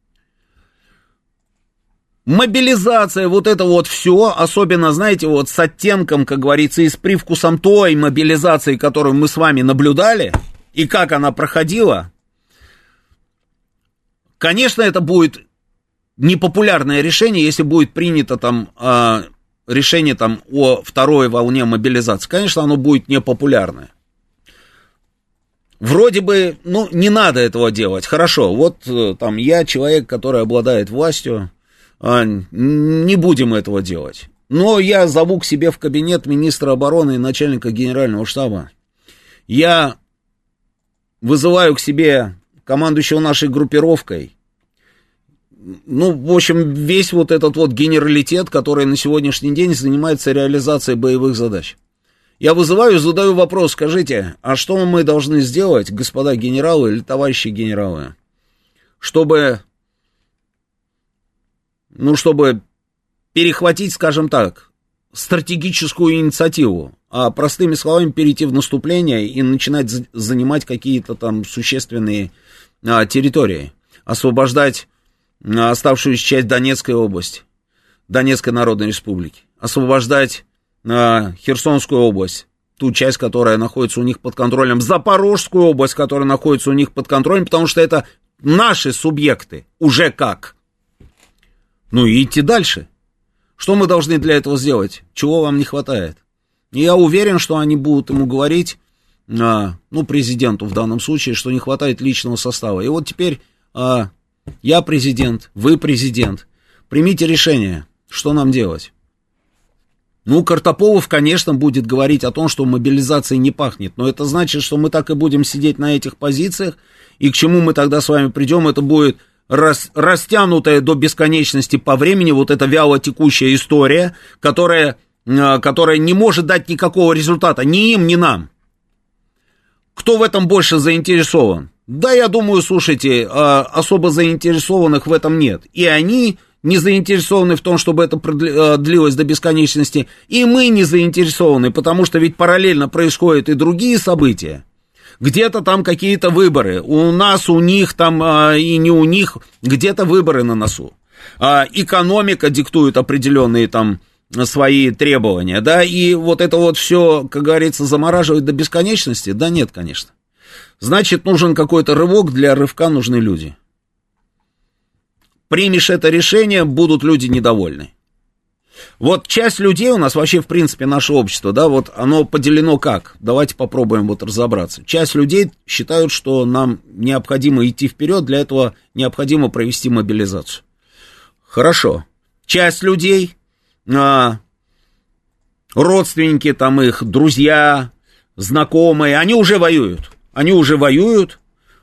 Мобилизация, вот это вот все, особенно, знаете, вот с оттенком, как говорится, и с привкусом той мобилизации, которую мы с вами наблюдали, и как она проходила, конечно, это будет непопулярное решение, если будет принято там э, решение там о второй волне мобилизации. Конечно, оно будет непопулярное. Вроде бы, ну, не надо этого делать. Хорошо, вот э, там я человек, который обладает властью, э, не будем этого делать. Но я зову к себе в кабинет министра обороны и начальника генерального штаба. Я вызываю к себе командующего нашей группировкой. Ну, в общем, весь вот этот вот генералитет, который на сегодняшний день занимается реализацией боевых задач. Я вызываю и задаю вопрос, скажите, а что мы должны сделать, господа генералы или товарищи генералы, чтобы, ну, чтобы перехватить, скажем так, стратегическую инициативу, а простыми словами перейти в наступление и начинать занимать какие-то там существенные а, территории, освобождать оставшуюся часть Донецкой области, Донецкой Народной Республики, освобождать э, Херсонскую область, ту часть, которая находится у них под контролем, Запорожскую область, которая находится у них под контролем, потому что это наши субъекты, уже как. Ну и идти дальше. Что мы должны для этого сделать? Чего вам не хватает? И я уверен, что они будут ему говорить, э, ну, президенту в данном случае, что не хватает личного состава. И вот теперь... Э, Я президент, вы президент. Примите решение, что нам делать. Ну, Картополов, конечно, будет говорить о том, что мобилизацией не пахнет. Но это значит, что мы так и будем сидеть на этих позициях. И к чему мы тогда с вами придем? Это будет рас, растянутая до бесконечности по времени вот эта вяло текущая история, которая, которая не может дать никакого результата ни им, ни нам. Кто в этом больше заинтересован? Да, я думаю, слушайте, особо заинтересованных в этом нет. И они не заинтересованы в том, чтобы это длилось до бесконечности, и мы не заинтересованы, потому что ведь параллельно происходят и другие события. Где-то там какие-то выборы, у нас, у них там и не у них, где-то выборы на носу. Экономика диктует определенные там свои требования, да, и вот это вот все, как говорится, замораживает до бесконечности? Да нет, конечно. Значит, нужен какой-то рывок, для рывка нужны люди. Примешь это решение, будут люди недовольны. Вот часть людей у нас, вообще, в принципе, наше общество, да, вот оно поделено как? Давайте попробуем вот разобраться. Часть людей считают, что нам необходимо идти вперед, для этого необходимо провести мобилизацию. Хорошо. Часть людей, а, родственники там их, друзья, знакомые, они уже воюют. Они уже воюют,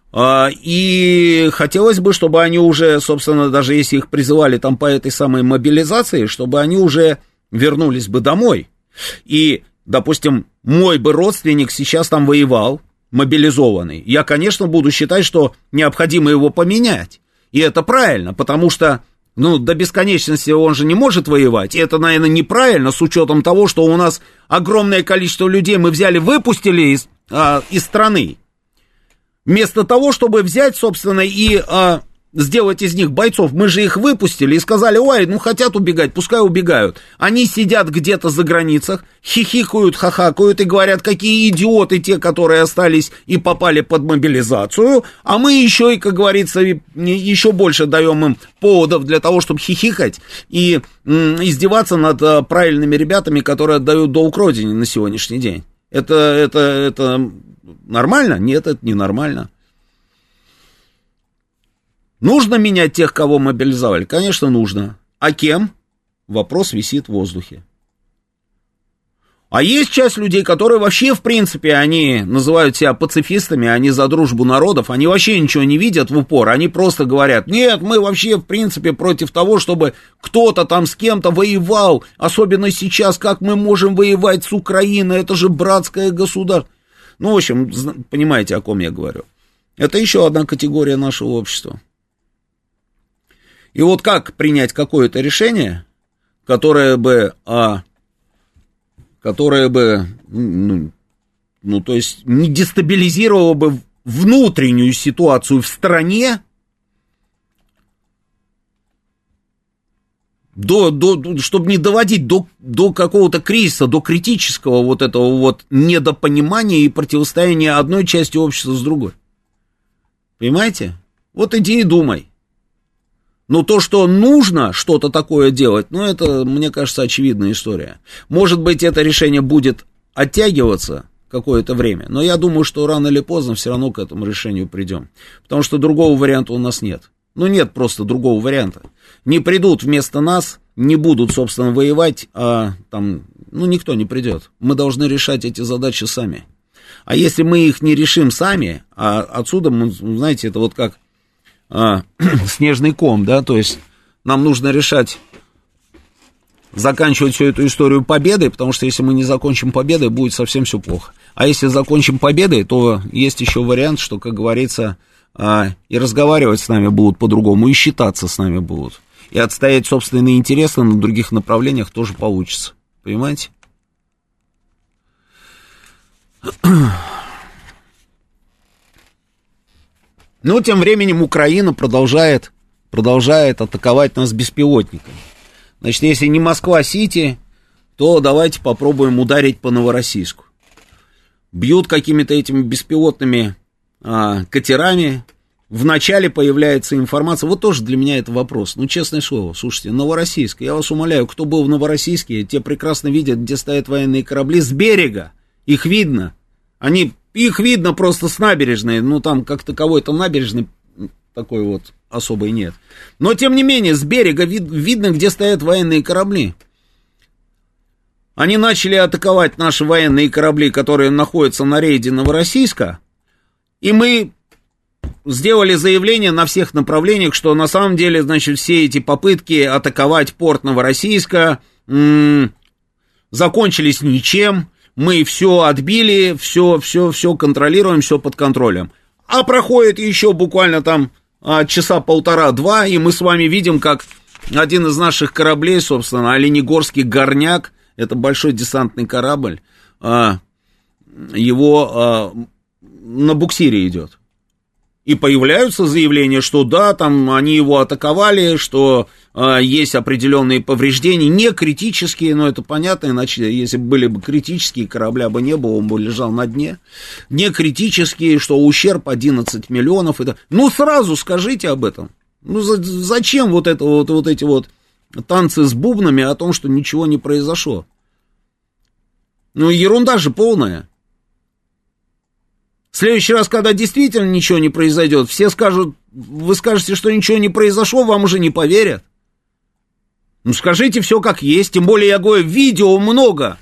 и хотелось бы, чтобы они уже, собственно, даже если их призывали там по этой самой мобилизации, чтобы они уже вернулись бы домой. И допустим, мой бы родственник сейчас там воевал, мобилизованный, я, конечно, буду считать, что необходимо его поменять. И это правильно, потому что, ну, до бесконечности он же не может воевать. И это, наверное, неправильно, с учетом того, что у нас огромное количество людей мы взяли, выпустили из, а, из страны. Вместо того, чтобы взять, собственно, и а, сделать из них бойцов, мы же их выпустили и сказали, ой, ну хотят убегать, пускай убегают. Они сидят где-то за границах, хихикают, хахакают и говорят, какие идиоты те, которые остались и попали под мобилизацию, а мы еще и, как говорится, еще больше даем им поводов для того, чтобы хихикать и м, издеваться над а, правильными ребятами, которые отдают долг родине на сегодняшний день. Это, это, это нормально? Нет, это не нормально. Нужно менять тех, кого мобилизовали? Конечно, нужно. А кем? Вопрос висит в воздухе. А есть часть людей, которые вообще, в принципе, они называют себя пацифистами, они за дружбу народов, они вообще ничего не видят в упор, они просто говорят, нет, мы вообще, в принципе, против того, чтобы кто-то там с кем-то воевал, особенно сейчас, как мы можем воевать с Украиной, это же братское государство. Ну, в общем, понимаете, о ком я говорю. Это еще одна категория нашего общества. И вот как принять какое-то решение, которое бы, а, которое бы, ну, ну, то есть не дестабилизировало бы внутреннюю ситуацию в стране до, до, чтобы не доводить до, до какого-то кризиса, до критического вот этого вот недопонимания и противостояния одной части общества с другой. Понимаете? Вот иди и думай. Но то, что нужно что-то такое делать, ну, это, мне кажется, очевидная история. Может быть, это решение будет оттягиваться какое-то время, но я думаю, что рано или поздно все равно к этому решению придем. Потому что другого варианта у нас нет. Ну, нет просто другого варианта. Не придут вместо нас, не будут, собственно, воевать, а там, ну, никто не придет. Мы должны решать эти задачи сами. А если мы их не решим сами, а отсюда, знаете, это вот как... А, снежный ком, да, то есть нам нужно решать, заканчивать всю эту историю победой, потому что если мы не закончим победой, будет совсем все плохо. А если закончим победой, то есть еще вариант, что, как говорится, а, и разговаривать с нами будут по-другому, и считаться с нами будут. И отстоять собственные интересы на других направлениях тоже получится. Понимаете? Но тем временем Украина продолжает, продолжает атаковать нас беспилотниками. Значит, если не Москва-Сити, то давайте попробуем ударить по Новороссийску. Бьют какими-то этими беспилотными а, катерами. Вначале появляется информация. Вот тоже для меня это вопрос. Ну, честное слово, слушайте, Новороссийск. Я вас умоляю, кто был в Новороссийске, те прекрасно видят, где стоят военные корабли с берега. Их видно. Они... Их видно просто с набережной, ну там как таковой там набережной такой вот особой нет. Но тем не менее с берега вид, видно, где стоят военные корабли. Они начали атаковать наши военные корабли, которые находятся на рейде Новороссийска, и мы сделали заявление на всех направлениях, что на самом деле, значит, все эти попытки атаковать порт Новороссийска м- закончились ничем. Мы все отбили, все, все, все контролируем, все под контролем. А проходит еще буквально там а, часа полтора-два, и мы с вами видим, как один из наших кораблей, собственно, Оленегорский горняк, это большой десантный корабль, а, его а, на буксире идет. И появляются заявления, что да, там они его атаковали, что э, есть определенные повреждения, не критические, но это понятно, иначе если бы были бы критические, корабля бы не было, он бы лежал на дне. Не критические, что ущерб одиннадцать миллионов. Это... Ну, сразу скажите об этом. Ну, за, зачем вот, это, вот, вот эти вот танцы с бубнами о том, что ничего не произошло? Ну, ерунда же полная. В следующий раз, когда действительно ничего не произойдет, все скажут, вы скажете, что ничего не произошло, вам уже не поверят. Ну, скажите все как есть, тем более, я говорю, видео много.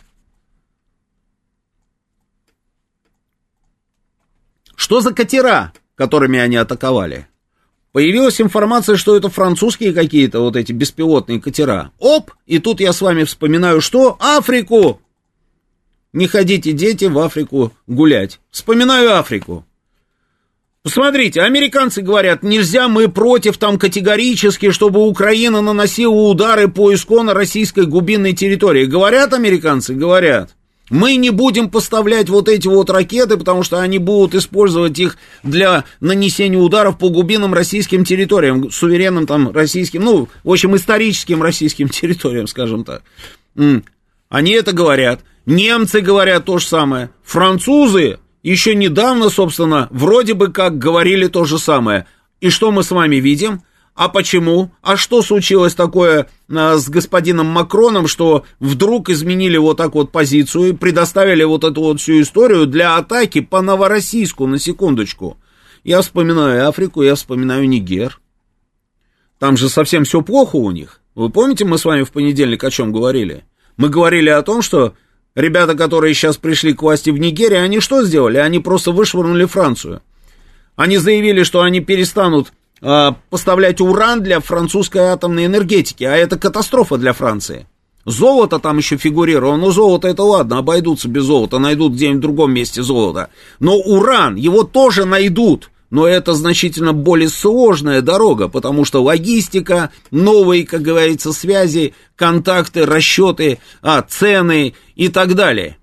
Что за катера, которыми они атаковали? Появилась информация, что это французские какие-то вот эти беспилотные катера. Оп, и тут я с вами вспоминаю, что? Африку! Не ходите, дети, в Африку гулять. Вспоминаю Африку. Посмотрите, американцы говорят, нельзя, мы против там категорически, чтобы Украина наносила удары по исконно российской глубинной территории. Говорят американцы? Говорят. Мы не будем поставлять вот эти вот ракеты, потому что они будут использовать их для нанесения ударов по глубинным российским территориям, суверенным там российским, ну, в общем, историческим российским территориям, скажем так. Они это говорят. Немцы говорят то же самое. Французы еще недавно, собственно, вроде бы как говорили то же самое. И что мы с вами видим? А почему? А что случилось такое а, с господином Макроном, что вдруг изменили вот так вот позицию и предоставили вот эту вот всю историю для атаки по Новороссийску, на секундочку? Я вспоминаю Африку, я вспоминаю Нигер. Там же совсем все плохо у них. Вы помните, мы с вами в понедельник о чем говорили? Мы говорили о том, что ребята, которые сейчас пришли к власти в Нигерии, они что сделали? Они просто вышвырнули Францию. Они заявили, что они перестанут э, поставлять уран для французской атомной энергетики, а это катастрофа для Франции. Золото там еще фигурировало, но золото это ладно, обойдутся без золота, найдут где-нибудь в другом месте золото. Но уран, его тоже найдут. Но это значительно более сложная дорога, потому что логистика, новые, как говорится, связи, контакты, расчеты, а, цены и так далее.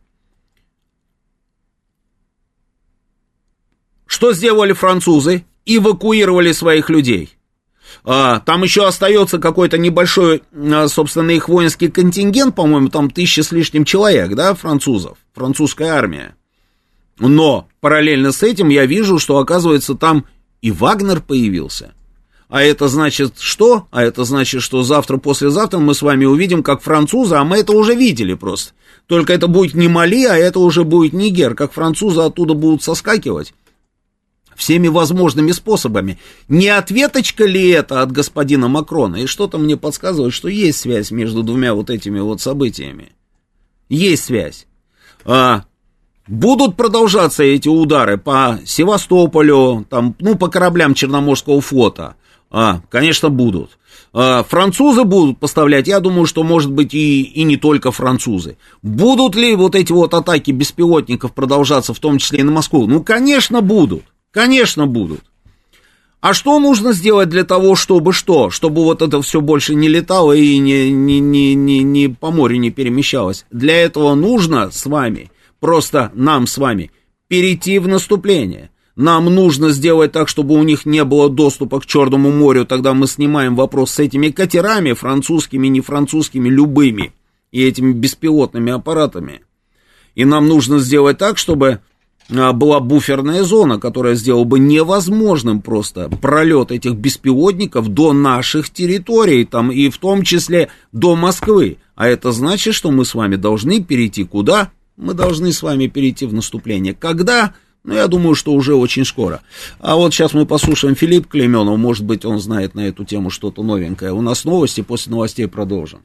Что сделали французы? Эвакуировали своих людей. А, там еще остается какой-то небольшой, собственно, их воинский контингент, по-моему, там тысяча с лишним человек, да, французов, французская армия. Но параллельно с этим я вижу, что, оказывается, там и Вагнер появился. А это значит что? А это значит, что завтра-послезавтра мы с вами увидим, как французы, а мы это уже видели просто. Только это будет не Мали, а это уже будет Нигер, как французы оттуда будут соскакивать всеми возможными способами. Не ответочка ли это от господина Макрона? И что-то мне подсказывает, что есть связь между двумя вот этими вот событиями. Есть связь. А... Будут продолжаться эти удары по Севастополю, там, ну, по кораблям Черноморского флота. А, конечно, будут. А, французы будут поставлять, я думаю, что, может быть, и, и не только французы. Будут ли вот эти вот атаки беспилотников продолжаться, в том числе и на Москву? Ну, конечно, будут. Конечно, будут. А что нужно сделать для того, чтобы что? Чтобы вот это все больше не летало и не, не, не, не, не по морю не перемещалось. Для этого нужно с вами... Просто нам с вами перейти в наступление. Нам нужно сделать так, чтобы у них не было доступа к Черному морю. Тогда мы снимаем вопрос с этими катерами, французскими, не французскими, любыми, и этими беспилотными аппаратами. И нам нужно сделать так, чтобы была буферная зона, которая сделала бы невозможным просто пролет этих беспилотников до наших территорий, там, и в том числе до Москвы. А это значит, что мы с вами должны перейти куда? Мы должны с вами перейти в наступление. Когда? Ну, я думаю, что уже очень скоро. А вот сейчас мы послушаем Филиппа Клейменова. Может быть, он знает на эту тему что-то новенькое. У нас новости, после новостей продолжим.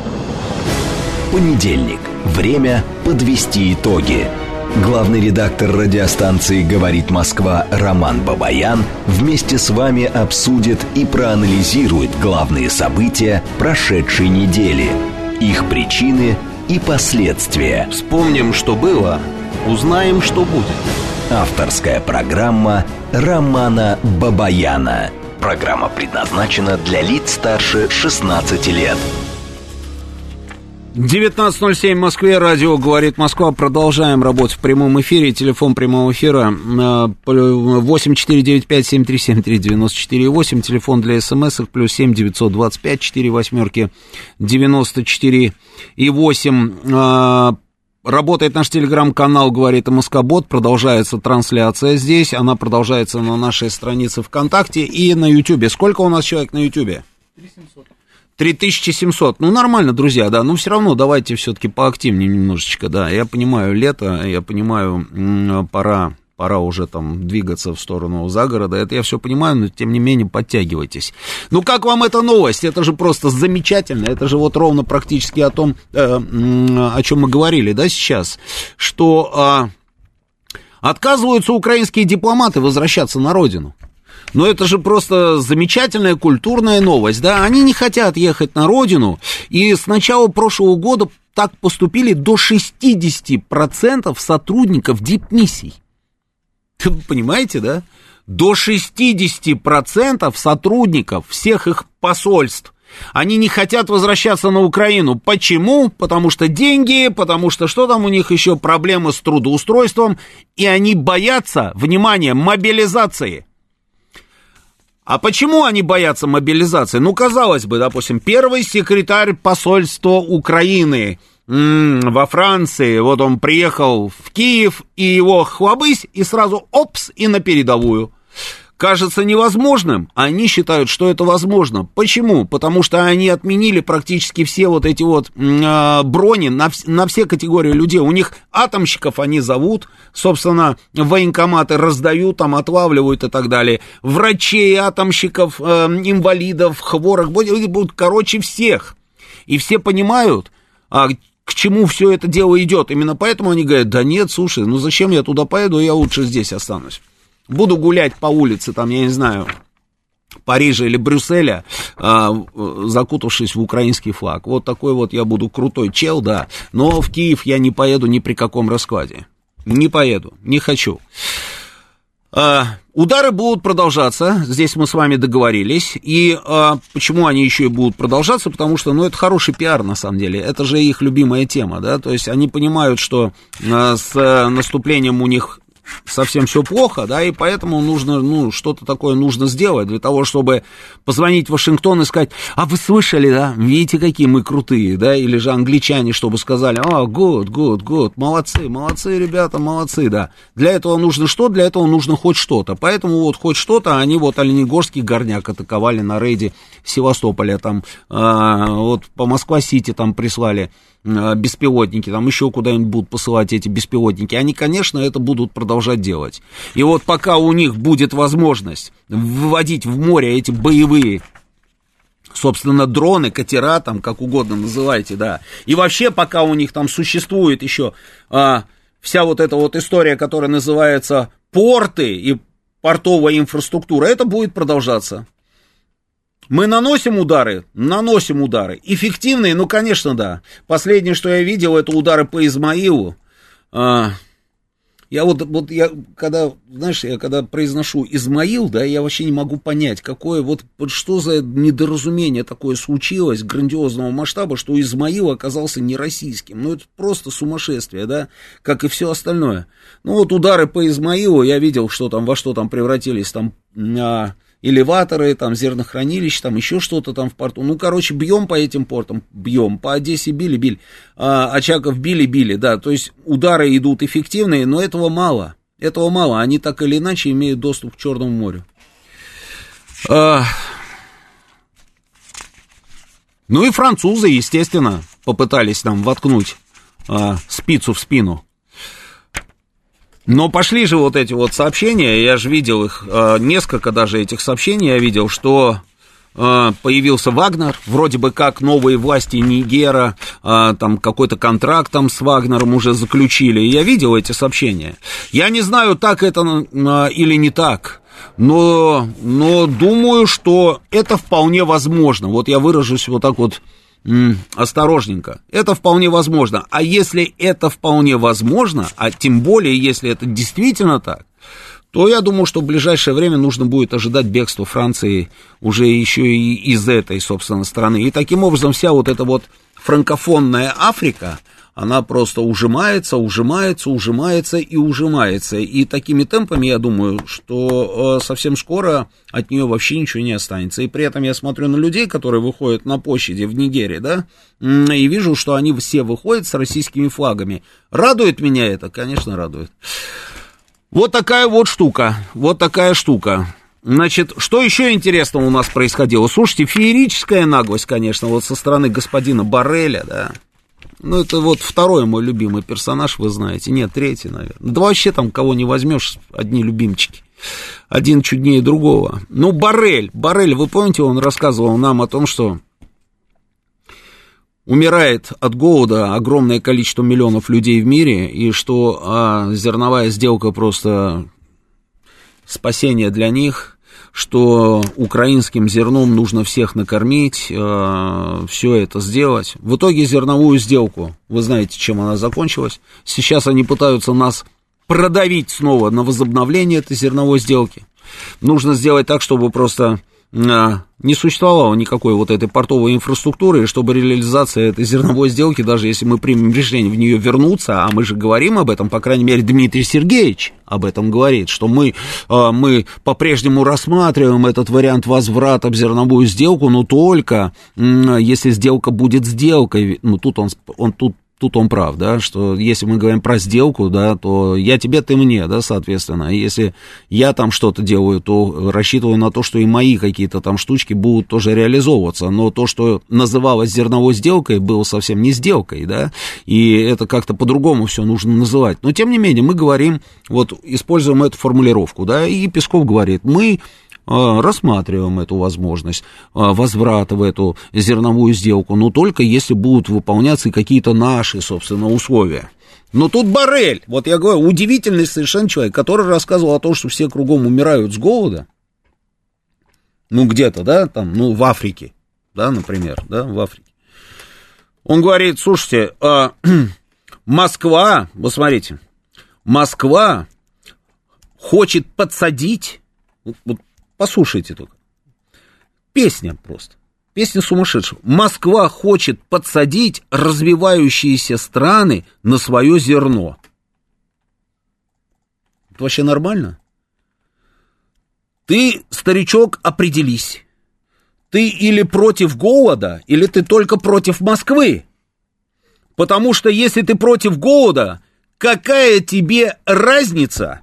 Понедельник. Время подвести итоги. Главный редактор радиостанции «Говорит Москва» Роман Бабаян вместе с вами обсудит и проанализирует главные события прошедшей недели, их причины и последствия. Вспомним, что было, узнаем, что будет. Авторская программа Романа Бабаяна. Программа предназначена для лиц старше шестнадцати лет. девятнадцать ноль семь в Москве, радио «Говорит Москва». Продолжаем работать в прямом эфире. Телефон прямого эфира восемь четыре девять пять семь три семь три девять четыре восемь. Телефон для смс плюс семь девятьсот двадцать пять четыре восьмерки девяносто четыре и восемь. Работает наш телеграм-канал «Говорит Москобот». Продолжается трансляция здесь. Она продолжается на нашей странице ВКонтакте и на Ютубе. Сколько у нас человек на Ютубе? три тысячи семьсот. три тысячи семьсот. Ну, нормально, друзья, да. Но все равно давайте все-таки поактивнее немножечко, да. Я понимаю, лето, я понимаю, пора, пора уже там двигаться в сторону загорода. Это я все понимаю, но тем не менее подтягивайтесь. Ну, как вам эта новость? Это же просто замечательно. Это же вот ровно практически о том, э, о чем мы говорили, да, сейчас. Что э, отказываются украинские дипломаты возвращаться на родину. Но это же просто замечательная культурная новость, да, они не хотят ехать на родину, и с начала прошлого года так поступили до шестьдесят процентов сотрудников дипмиссий. Вы понимаете, да? До шестьдесят процентов сотрудников всех их посольств. Они не хотят возвращаться на Украину. Почему? Потому что деньги, потому что что там у них еще, проблемы с трудоустройством, и они боятся, внимание, мобилизации. А почему они боятся мобилизации? Ну, казалось бы, допустим, первый секретарь посольства Украины м-м, во Франции, вот он приехал в Киев, и его хлобысь, и сразу опс, и на передовую. Кажется невозможным, а они считают, что это возможно. Почему? Потому что они отменили практически все вот эти вот э, брони на, вс- на все категории людей. У них атомщиков они зовут, собственно, военкоматы раздают, там отлавливают и так далее. Врачей, атомщиков, э, инвалидов, хворых, будут, короче, всех. И все понимают, а, к чему все это дело идет. Именно поэтому они говорят, да нет, слушай, ну зачем я туда поеду, я лучше здесь останусь. Буду гулять по улице, там, я не знаю, Парижа или Брюсселя, а, закутавшись в украинский флаг. Вот такой вот я буду крутой чел, да. Но в Киев я не поеду ни при каком раскладе. Не поеду, не хочу. А, удары будут продолжаться, здесь мы с вами договорились. И а, почему они еще и будут продолжаться? Потому что, ну, это хороший пиар, на самом деле. Это же их любимая тема, да. То есть они понимают, что а, с а, наступлением у них совсем все плохо, да, и поэтому нужно, ну, что-то такое нужно сделать для того, чтобы позвонить в Вашингтон и сказать, а вы слышали, да, видите, какие мы крутые, да, или же англичане, чтобы сказали, а, good, good, good, молодцы, молодцы, ребята, молодцы, да. Для этого нужно что? Для этого нужно хоть что-то, поэтому вот хоть что-то, они вот Оленегорский горняк атаковали на рейде Севастополя, там, а, вот по Москва-Сити там прислали беспилотники, там еще куда-нибудь будут посылать эти беспилотники, они, конечно, это будут продолжать делать. И вот пока у них будет возможность выводить в море эти боевые, собственно, дроны, катера, там, как угодно называйте, да, и вообще пока у них там существует еще а, вся вот эта вот история, которая называется порты и портовая инфраструктура, это будет продолжаться. Мы наносим удары, наносим удары. Эффективные, ну, конечно, да. Последнее, что я видел, это удары по Измаилу. А, я вот, вот, я, когда, знаешь, я когда произношу Измаил, да, я вообще не могу понять, какое, вот, вот что за недоразумение такое случилось грандиозного масштаба, что Измаил оказался не российским. Ну, это просто сумасшествие, да, как и все остальное. Ну, вот удары по Измаилу, я видел, что там, во что там превратились, там, а, элеваторы, там, зернохранилища, там, еще что-то там в порту. Ну, короче, бьем по этим портам, бьем. По Одессе били, били. А, Очаков били, били, да. То есть удары идут эффективные, но этого мало. Этого мало. Они так или иначе имеют доступ к Черному морю. А... Ну и французы, естественно, попытались нам воткнуть а, спицу в спину. Но пошли же вот эти вот сообщения, я же видел их, э, несколько даже этих сообщений я видел, что э, появился Вагнер, вроде бы как новые власти Нигера, э, там какой-то контракт там с Вагнером уже заключили, я видел эти сообщения. Я не знаю, так это э, или не так, но, но думаю, что это вполне возможно. Вот я выражусь вот так вот, осторожненько. Это вполне возможно. А если это вполне возможно, а тем более, если это действительно так, то я думаю, что в ближайшее время нужно будет ожидать бегства Франции уже еще и из этой, собственно, страны. И таким образом вся вот эта вот франкофонная Африка, она просто ужимается, ужимается, ужимается и ужимается. И такими темпами, я думаю, что совсем скоро от нее вообще ничего не останется. И при этом я смотрю на людей, которые выходят на площади в Нигере, да, и вижу, что они все выходят с российскими флагами. Радует меня это? Конечно, радует. Вот такая вот штука, вот такая штука. Значит, что еще интересного у нас происходило? Слушайте, феерическая наглость, конечно, вот со стороны господина Борреля, да. Ну, это вот второй мой любимый персонаж, вы знаете. Нет, третий, наверное. Да вообще там кого не возьмешь, одни любимчики. Один чуднее другого. Ну, Боррель, Боррель, вы помните, он рассказывал нам о том, что умирает от голода огромное количество миллионов людей в мире, и что а, зерновая сделка просто спасение для них. что украинским зерном нужно всех накормить, э, все это сделать. В итоге зерновую сделку, вы знаете, чем она закончилась. Сейчас они пытаются нас продавить снова на возобновление этой зерновой сделки. Нужно сделать так, чтобы просто э, не существовало никакой вот этой портовой инфраструктуры, и чтобы реализация этой зерновой сделки, даже если мы примем решение в нее вернуться, а мы же говорим об этом, по крайней мере, Дмитрий Сергеевич об этом говорит, что мы, э, мы по-прежнему рассматриваем этот вариант возврата в зерновую сделку, но только э, если сделка будет сделкой. Ну, тут он, он тут Тут он прав, да, что если мы говорим про сделку, да, то я тебе, ты мне, да, соответственно. И если я там что-то делаю, то рассчитываю на то, что и мои какие-то там штучки будут тоже реализовываться. Но то, что называлось зерновой сделкой, было совсем не сделкой, да, и это как-то по-другому все нужно называть. Но, тем не менее, мы говорим, вот, используем эту формулировку, да, и Песков говорит, мы рассматриваем эту возможность возврата в эту зерновую сделку, но только если будут выполняться и какие-то наши, собственно, условия. Но тут Боррель, вот я говорю, удивительный совершенно человек, который рассказывал о том, что все кругом умирают с голода, ну, где-то, да, там, ну, в Африке, да, например, да, в Африке. Он говорит, слушайте, а, Москва, вот смотрите, Москва хочет подсадить, вот, послушайте только. Песня просто. Песня сумасшедшая. Москва хочет подсадить развивающиеся страны на свое зерно. Это вообще нормально? Ты, старичок, определись. Ты или против голода, или ты только против Москвы. Потому что если ты против голода, какая тебе разница,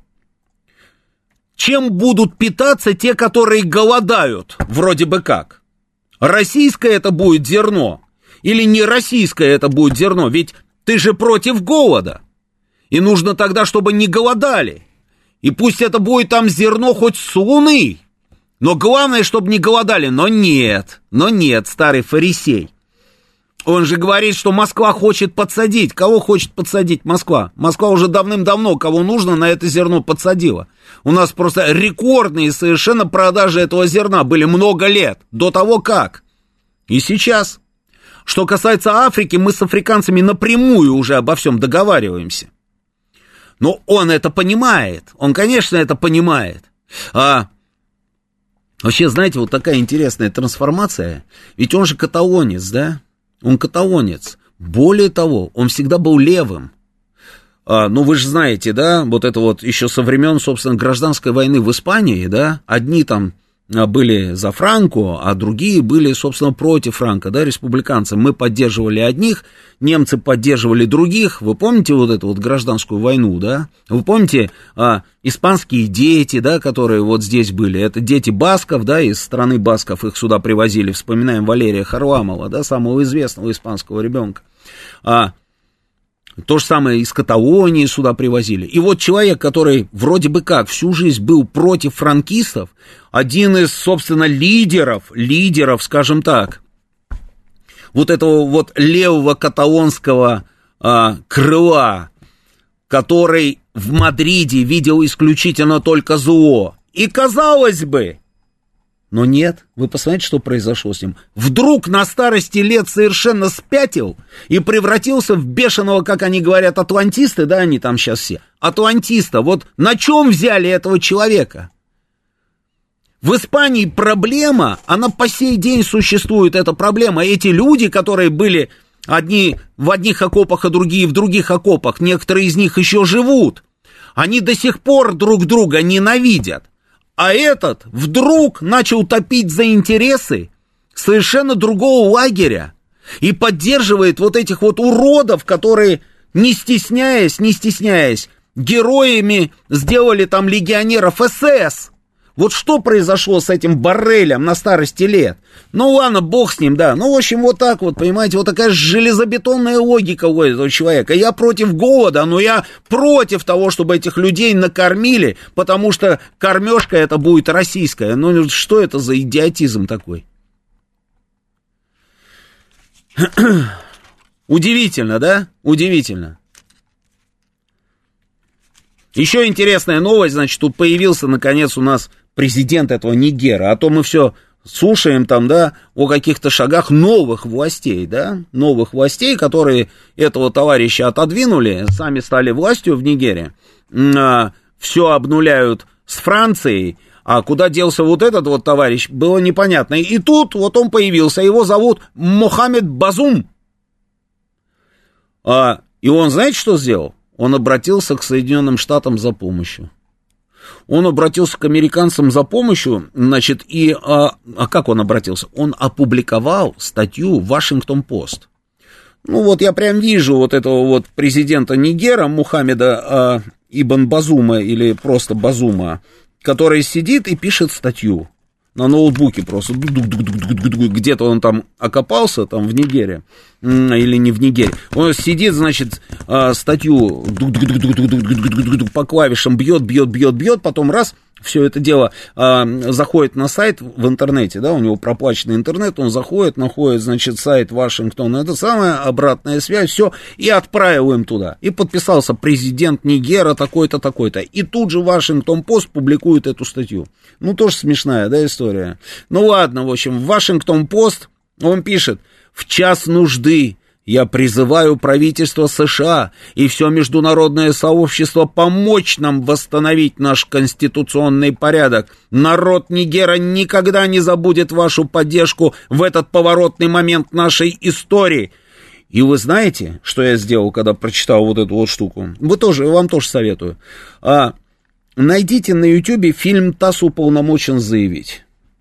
чем будут питаться те, которые голодают, вроде бы как? Российское это будет зерно или не российское это будет зерно? Ведь ты же против голода. И нужно тогда, чтобы не голодали. И пусть это будет там зерно хоть с Луны. Но главное, чтобы не голодали. Но нет, но нет, старый фарисей. Он же говорит, что Москва хочет подсадить. Кого хочет подсадить Москва? Москва уже давным-давно, кого нужно, на это зерно подсадила. У нас просто рекордные совершенно продажи этого зерна были много лет, до того как. И сейчас. Что касается Африки, мы с африканцами напрямую уже обо всем договариваемся. Но он это понимает. Он, конечно, это понимает. А вообще, знаете, вот такая интересная трансформация. Ведь он же каталонец, да? Он каталонец. Более того, он всегда был левым. А, ну, вы же знаете, да, вот это вот еще со времен, собственно, гражданской войны в Испании, да, одни там были за Франко, а другие были, собственно, против Франко, да, республиканцы. Мы поддерживали одних, немцы поддерживали других. Вы помните вот эту вот гражданскую войну, да? Вы помните а, испанские дети, да, которые вот здесь были? Это дети басков, да, из страны басков их сюда привозили. Вспоминаем Валерия Харламова, да, самого известного испанского ребенка. А, то же самое из Каталонии сюда привозили. И вот человек, который вроде бы как всю жизнь был против франкистов, один из, собственно, лидеров, лидеров, скажем так, вот этого вот левого каталонского а, крыла, который в Мадриде видел исключительно только зло. И казалось бы, но нет, вы посмотрите, что произошло с ним. Вдруг на старости лет совершенно спятил и превратился в бешеного, как они говорят, атлантисты, да, они там сейчас все, атлантиста. Вот на чем взяли этого человека? В Испании проблема, она по сей день существует, эта проблема. Эти люди, которые были одни в одних окопах, а другие в других окопах, некоторые из них еще живут, они до сих пор друг друга ненавидят. А этот вдруг начал топить за интересы совершенно другого лагеря и поддерживает вот этих вот уродов, которые, не стесняясь, не стесняясь, героями сделали там легионеров эс эс. Вот что произошло с этим Боррелем на старости лет? Ну ладно, бог с ним, да. Ну, в общем, вот так вот, понимаете, вот такая железобетонная логика у этого человека. Я против голода, но я против того, чтобы этих людей накормили, потому что кормежка это будет российская. Ну, что это за идиотизм такой? Удивительно, да? Удивительно. Еще интересная новость, значит, тут появился, наконец, у нас президент этого Нигера, а то мы все слушаем там, да, о каких-то шагах новых властей, да, новых властей, которые этого товарища отодвинули, сами стали властью в Нигере, все обнуляют с Францией, а куда делся вот этот вот товарищ, было непонятно. И тут вот он появился, его зовут Мохаммед Базум. А, и он, знаете, что сделал? Он обратился к Соединенным Штатам за помощью. Он обратился к американцам за помощью, значит, и... А, а как он обратился? Он опубликовал статью в Вашингтон-Пост. Ну, вот я прям вижу вот этого вот президента Нигера, Мухаммеда а, Ибн Базума, или просто Базума, который сидит и пишет статью на ноутбуке просто. Где-то он там окопался, там в Нигере, или не в Нигере. Он сидит, значит, статью по клавишам бьет, бьет, бьет, бьет, потом раз, все это дело заходит на сайт в интернете, да, у него проплаченный интернет, он заходит, находит, значит, сайт Вашингтона, это самая обратная связь, все, и отправил им туда. И подписался президент Нигера такой-то, такой-то. И тут же Вашингтон-Пост публикует эту статью. Ну, тоже смешная, да, история. Ну, ладно, в общем, в Вашингтон-Пост он пишет: «В час нужды я призываю правительство США и все международное сообщество помочь нам восстановить наш конституционный порядок. Народ Нигера никогда не забудет вашу поддержку в этот поворотный момент нашей истории». И вы знаете, что я сделал, когда прочитал вот эту вот штуку? Вы тоже, вам тоже советую. А, найдите на Ютубе фильм «ТАСС уполномочен заявить».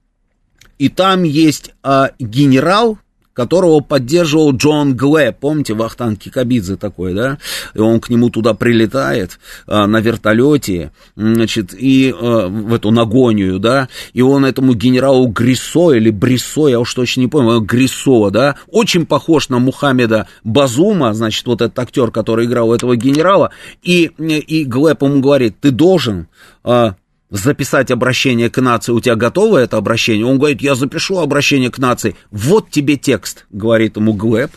И там есть а, генерал, которого поддерживал Джон Глэб, помните, Вахтанг Кикабидзе такой, да, и он к нему туда прилетает а, на вертолете, значит, и а, в эту Нагонию, да, и он этому генералу Грисо или Брисо, я уж точно не помню, Грисо, да, очень похож на Мухаммеда Базума, значит, вот этот актер, который играл этого генерала, и, и Глэб ему говорит: ты должен... А, записать обращение к нации, у тебя готово это обращение? Он говорит: я запишу обращение к нации. Вот тебе текст, говорит ему Глэб.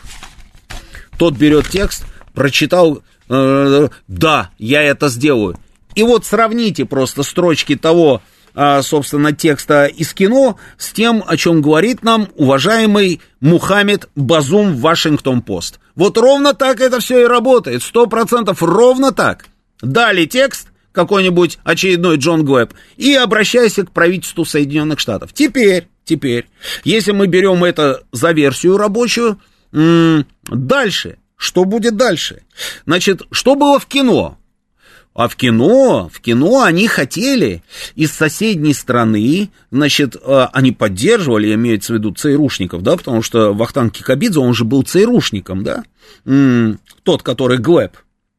Тот берет текст, прочитал, э, да, я это сделаю. И вот сравните просто строчки того, э, собственно, текста из кино с тем, о чем говорит нам уважаемый Мухаммед Базум в Вашингтон-Пост. Вот ровно так это все и работает, сто процентов ровно так. Дали текст, какой-нибудь очередной Джон Глэб, и обращайся к правительству Соединенных Штатов. Теперь, теперь, если мы берем это за версию рабочую, м- дальше, что будет дальше? Значит, что было в кино? А в кино, в кино они хотели из соседней страны, значит, они поддерживали, имеется в виду ЦРУшников, да, потому что Вахтанг Кикабидзе, он же был ЦРУшником, да, м- тот, который Глэб.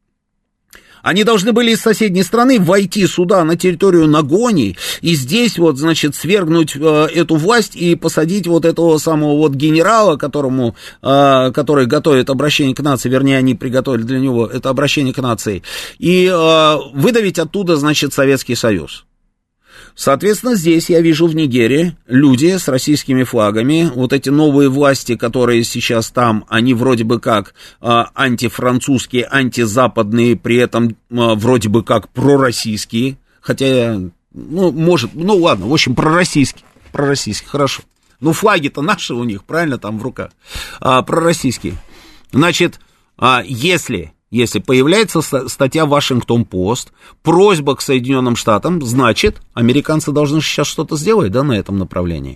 Они должны были из соседней страны войти сюда, на территорию Нагонии, и здесь вот, значит, свергнуть э, эту власть и посадить вот этого самого вот генерала, которому, э, который готовит обращение к нации, вернее, они приготовили для него это обращение к нации, и э, выдавить оттуда, значит, Советский Союз. Соответственно, здесь я вижу в Нигере люди с российскими флагами, вот эти новые власти, которые сейчас там, они вроде бы как а, антифранцузские, антизападные, при этом а, вроде бы как пророссийские, хотя, ну, может, ну ладно, в общем, пророссийские, пророссийские, хорошо. Ну, флаги-то наши у них, правильно, там в руках, а, пророссийские. Значит, а, если... Если появляется статья Вашингтон-Пост, просьба к Соединенным Штатам, значит, американцы должны сейчас что-то сделать, да, на этом направлении.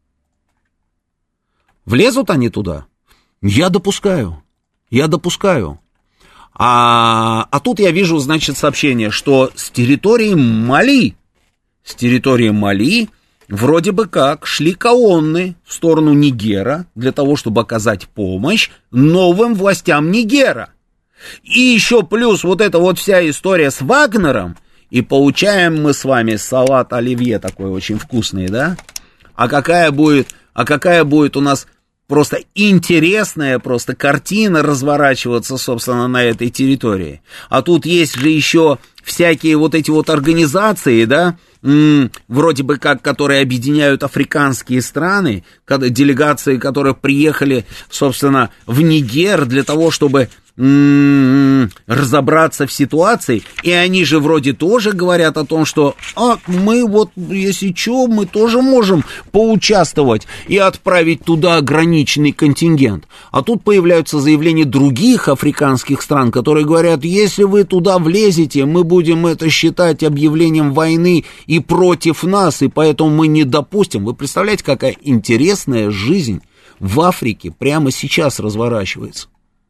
Влезут они туда? Я допускаю, я допускаю. А, а тут я вижу, значит, сообщение, что с территории Мали, с территории Мали вроде бы как шли колонны в сторону Нигера для того, чтобы оказать помощь новым властям Нигера. И еще плюс вот эта вот вся история с Вагнером, и получаем мы с вами салат оливье такой очень вкусный, да? А какая будет, а какая будет у нас просто интересная просто картина разворачиваться, собственно, на этой территории. А тут есть же еще всякие вот эти вот организации, да, м- вроде бы как, которые объединяют африканские страны, когда, делегации, которые приехали, собственно, в Нигер для того, чтобы м-м, разобраться в ситуации, и они же вроде тоже говорят о том, что а, мы вот, если что, мы тоже можем поучаствовать и отправить туда ограниченный контингент. А тут появляются заявления других африканских стран, которые говорят, если вы туда влезете, мы будем это считать объявлением войны и против нас, и поэтому мы не допустим. Вы представляете, какая интересная жизнь в Африке прямо сейчас разворачивается.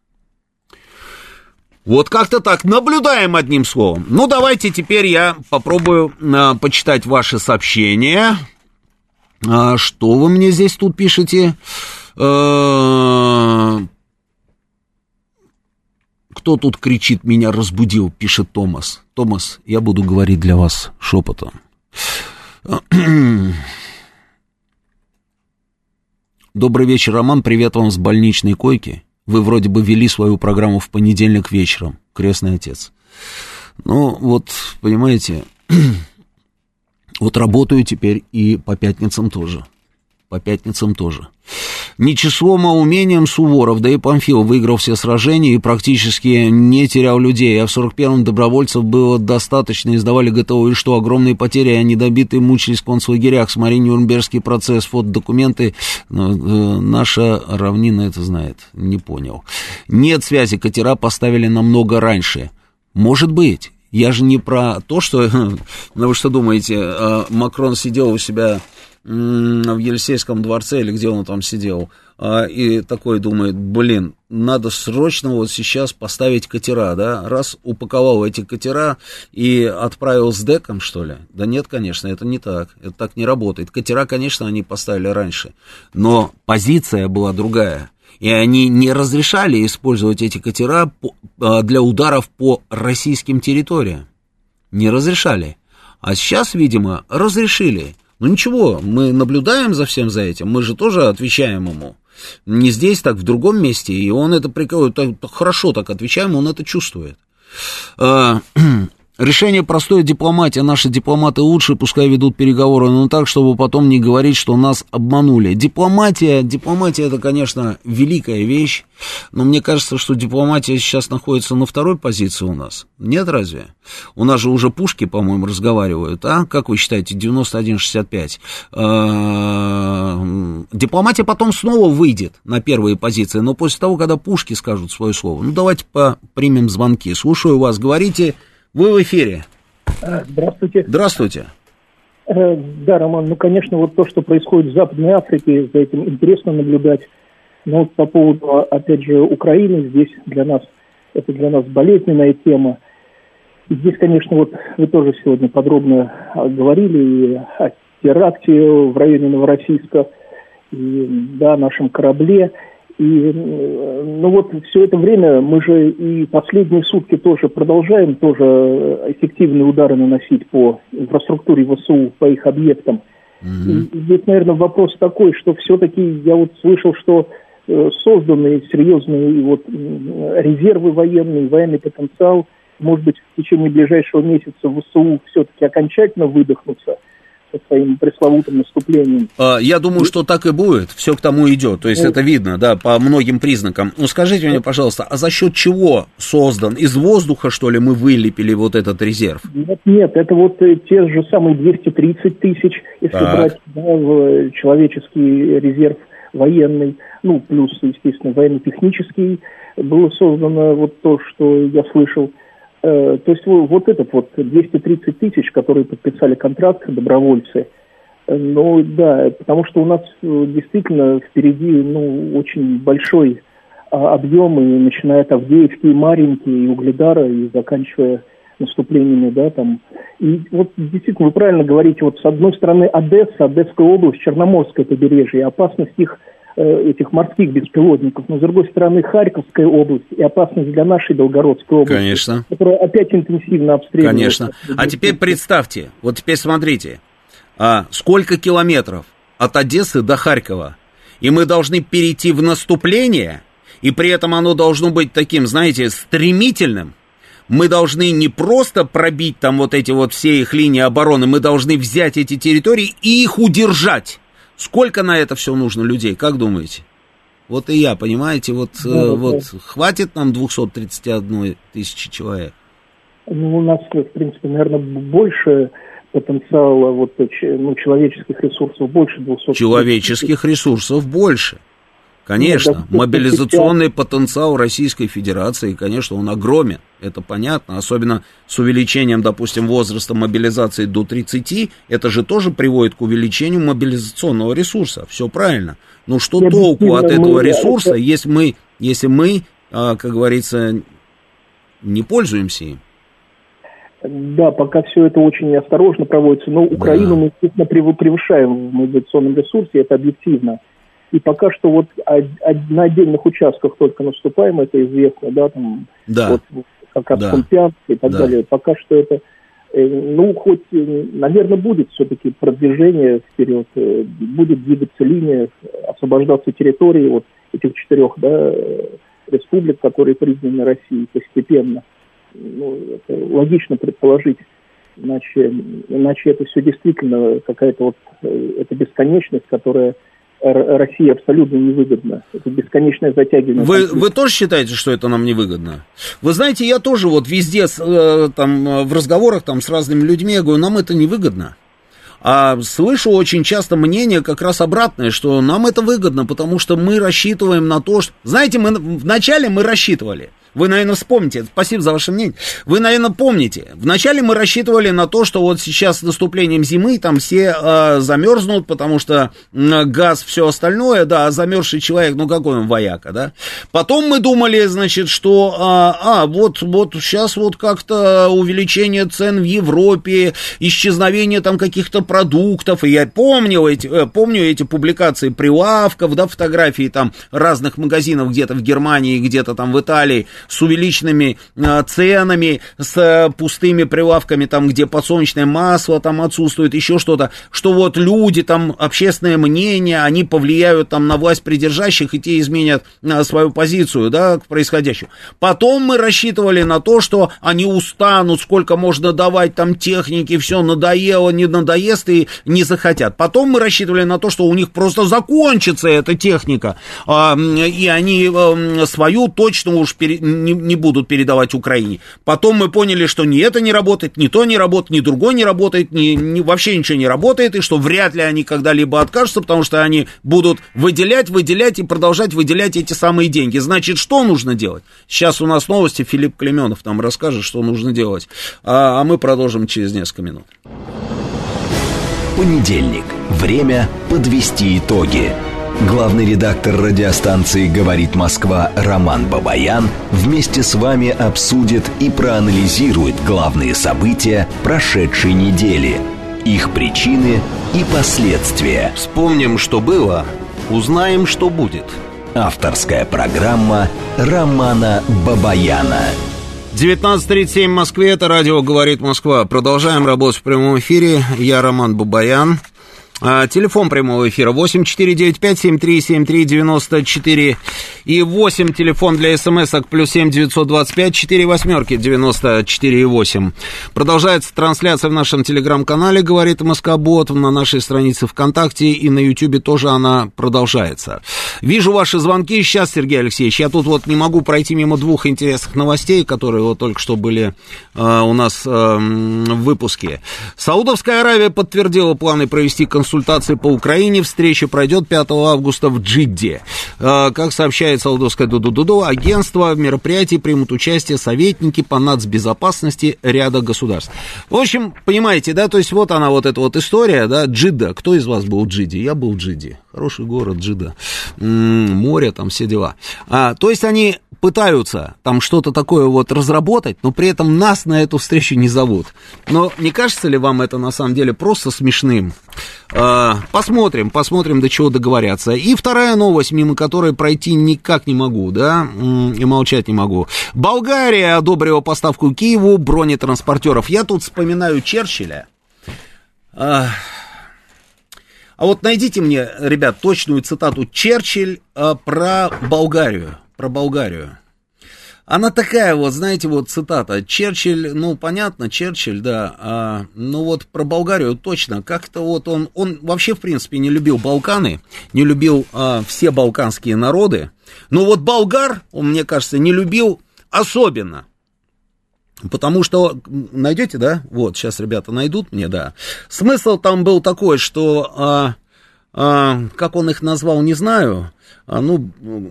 Вот как-то так, наблюдаем одним словом. Ну, давайте теперь я попробую а, почитать ваши сообщения. А, что вы мне здесь тут пишете? А, кто тут кричит, меня разбудил, пишет Томас. Томас, я буду говорить для вас шепотом. Добрый вечер, Роман, привет вам с больничной койки. Вы вроде бы вели свою программу в понедельник вечером, крестный отец. Ну, вот, понимаете, вот работаю теперь и по пятницам тоже. По пятницам тоже. Не числом, а умением Суворов, да и Памфилов выиграл все сражения и практически не терял людей. А в сорок первом добровольцев было достаточно, издавали ГТО, и что, огромные потери, а недобитые мучились в концлагерях. Смотри, Нюрнбергский процесс, фотодокументы. Наша равнина это знает, не понял. Нет связи, катера поставили намного раньше. Может быть. Я же не про то, что, ну вы что думаете, Макрон сидел у себя в Елисейском дворце, или где он там сидел, и такой думает, блин, надо срочно вот сейчас поставить катера, да, раз упаковал эти катера и отправил с деком, что ли? Да нет, конечно, это не так, это так не работает. Катера, конечно, они поставили раньше, но позиция была другая, и они не разрешали использовать эти катера для ударов по российским территориям, не разрешали, а сейчас, видимо, разрешили. Ну ничего, мы наблюдаем за всем за этим, мы же тоже отвечаем ему. Не здесь, так в другом месте, и он это прикольно, так, так хорошо так отвечаем, он это чувствует. Решение простое, дипломатия. Наши дипломаты лучше, пускай ведут переговоры, но так, чтобы потом не говорить, что нас обманули. Дипломатия, дипломатия это, конечно, великая вещь, но мне кажется, что дипломатия сейчас находится на второй позиции у нас. Нет, разве? У нас же уже пушки, по-моему, разговаривают, а? Как вы считаете, девяносто один шестьдесят пять? Дипломатия потом снова выйдет на первые позиции, но после того, когда пушки скажут свое слово. Ну, давайте примем звонки. Слушаю вас, говорите. Вы в эфире. Здравствуйте. Здравствуйте. Да, Роман, ну, конечно, вот то, что происходит в Западной Африке, за этим интересно наблюдать. Но вот по поводу, опять же, Украины, здесь для нас, это для нас болезненная тема. И здесь, конечно, вот вы тоже сегодня подробно говорили и о теракте в районе Новороссийска, и, да, о нашем корабле. И, ну вот, все это время мы же и последние сутки тоже продолжаем тоже эффективные удары наносить по инфраструктуре ВСУ, по их объектам. Mm-hmm. И здесь, наверное, вопрос такой, что все-таки я вот слышал, что э, созданы серьезные вот, резервы военные, военный потенциал. Может быть, в течение ближайшего месяца ВСУ все-таки окончательно выдохнутся со своим пресловутым наступлением. Я думаю, что так и будет, все к тому идет, то есть ну, это видно, да, по многим признакам. Ну, скажите мне, пожалуйста, а за счет чего создан? Из воздуха, что ли, мы вылепили вот этот резерв? Нет, нет, это вот те же самые двести тридцать тысяч, если так. брать, да, в человеческий резерв военный, ну, плюс, естественно, военно-технический, было создано вот то, что я слышал. То есть вот этот вот двести тридцать тысяч, которые подписали контракт, добровольцы, ну да, потому что у нас действительно впереди ну, очень большой объем, и начиная от Авдеевки, Марьинки, и Угледара, и заканчивая наступлениями, да, там. И вот действительно вы правильно говорите, вот с одной стороны Одесса, Одесская область, Черноморское побережье, опасность их этих морских беспилотников, но с другой стороны Харьковская область и опасность для нашей Белгородской области, конечно, которая опять интенсивно обстреливается. Конечно. А теперь представьте, вот теперь смотрите, а, сколько километров от Одессы до Харькова, и мы должны перейти в наступление, и при этом оно должно быть таким, знаете, стремительным. Мы должны не просто пробить там вот эти вот все их линии обороны, мы должны взять эти территории и их удержать. Сколько на это все нужно людей, как думаете? Вот и я, понимаете, вот, Да, э, да, вот да. хватит нам двести тридцать одна тысяча человек? Ну, у нас, в принципе, наверное, больше потенциала, вот, ну, человеческих ресурсов, больше двухсот. Человеческих ресурсов больше. Конечно, Ну, да, мобилизационный потенциал Российской Федерации, конечно, он огромен, это понятно, особенно с увеличением, допустим, возраста мобилизации до тридцати, это же тоже приводит к увеличению мобилизационного ресурса, все правильно. Но что Я толку от этого мы, ресурса, это... если мы, если мы, как говорится, не пользуемся им? Да, пока все это очень осторожно проводится, но Украину да. мы, естественно, превышаем в мобилизационном ресурсе, это объективно. И пока что вот на отдельных участках только наступаем, это известно, да, там, да. вот как раз да. Кумпянск и так да. далее. Пока что это, ну, хоть, наверное, будет все-таки продвижение вперед, будет двигаться линия, освобождаться территории вот этих четырех, да, республик, которые признаны Россией постепенно. Ну, это логично предположить, иначе, иначе это все действительно какая-то вот, это бесконечность, которая России абсолютно невыгодно. Это бесконечное затягивание. Вы, вы тоже считаете, что это нам невыгодно? Вы знаете, я тоже вот везде э, там, в разговорах там, с разными людьми, я говорю, нам это невыгодно. А слышу очень часто мнение как раз обратное, что нам это выгодно, потому что мы рассчитываем на то, что... Знаете, мы вначале мы рассчитывали. Вы, наверное, вспомните, спасибо за ваше мнение. Вы, наверное, помните, вначале мы рассчитывали на то, что вот сейчас с наступлением зимы там все э, замерзнут, потому что э, газ, все остальное, да, а замерзший человек, ну какой он вояка, да. Потом мы думали, значит, что, а, а вот, вот сейчас вот как-то увеличение цен в Европе, исчезновение там каких-то продуктов, и я помню эти, э, помню эти публикации прилавков, да, фотографии там разных магазинов где-то в Германии, где-то там в Италии, с увеличенными э, ценами, с э, пустыми прилавками, там, где подсолнечное масло там отсутствует, еще что-то, что вот люди, там, общественное мнение, они повлияют там на власть придержащих, и те изменят э, свою позицию, да, к происходящему. Потом мы рассчитывали на то, что они устанут, сколько можно давать там техники, все надоело, не надоест и не захотят. Потом мы рассчитывали на то, что у них просто закончится эта техника, э, и они э, свою точно уж пере Не, не будут передавать Украине. Потом мы поняли, что ни это не работает, ни то не работает, ни другое не работает, ни, ни, вообще ничего не работает, и что вряд ли они когда-либо откажутся, потому что они будут выделять, выделять и продолжать выделять эти самые деньги. Значит, что нужно делать? Сейчас у нас новости, Филипп Клеменов нам расскажет, что нужно делать, а, а мы продолжим через несколько минут. Понедельник. Время подвести итоги. Главный редактор радиостанции «Говорит Москва» Роман Бабаян вместе с вами обсудит и проанализирует главные события прошедшей недели, их причины и последствия. Вспомним, что было, узнаем, что будет. Авторская программа Романа Бабаяна. девятнадцать тридцать семь в Москве, это радио «Говорит Москва». Продолжаем работать в прямом эфире. Я Роман Бабаян. А, телефон прямого эфира восемь четыре девять пять семь три семь три девяносто четыре и восемь, телефон для смс-ок плюс семь девятьсот двадцать пять четыре восьмерки девяносто четыре восемь. Продолжается трансляция в нашем телеграм-канале «Говорит Москобот», на нашей странице ВКонтакте, и на Ютьюбе тоже она продолжается. Вижу ваши звонки сейчас, Сергей Алексеевич. Я тут вот не могу пройти мимо двух интересных новостей, которые вот только что были э, у нас э, в выпуске. Саудовская Аравия подтвердила планы провести консультации консультации по Украине. Встреча пройдет пятого августа в Джидде. Как сообщает саудовское ду-ду-ду-ду агентство, в мероприятии примут участие советники по нацбезопасности ряда государств. В общем, понимаете, да, то есть вот она, вот эта вот история, да, Джидда. Кто из вас был в Джидде? Я был в Джидде. Хороший город Джидда. М-м, море, там все дела. А, то есть они пытаются там что-то такое вот разработать, но при этом нас на эту встречу не зовут. Но не кажется ли вам это на самом деле просто смешным? А, посмотрим, посмотрим, до чего договорятся. И вторая новость, мимо которой пройти никак не могу, да, и молчать не могу. Болгария одобрила поставку Киеву бронетранспортеров. Я тут вспоминаю Черчилля. А, а вот найдите мне, ребят, точную цитату Черчилль а, про Болгарию. Про Болгарию. Она такая вот, знаете, вот цитата. Черчилль, ну, понятно, Черчилль, да, а, ну вот про Болгарию точно. Как-то вот он, он вообще, в принципе, не любил Балканы, не любил а, все балканские народы. Но вот болгар, он, мне кажется, не любил особенно. Потому что, найдете, да? Вот, сейчас ребята найдут мне, да. Смысл там был такой, что, а, а, как он их назвал, не знаю. А, ну,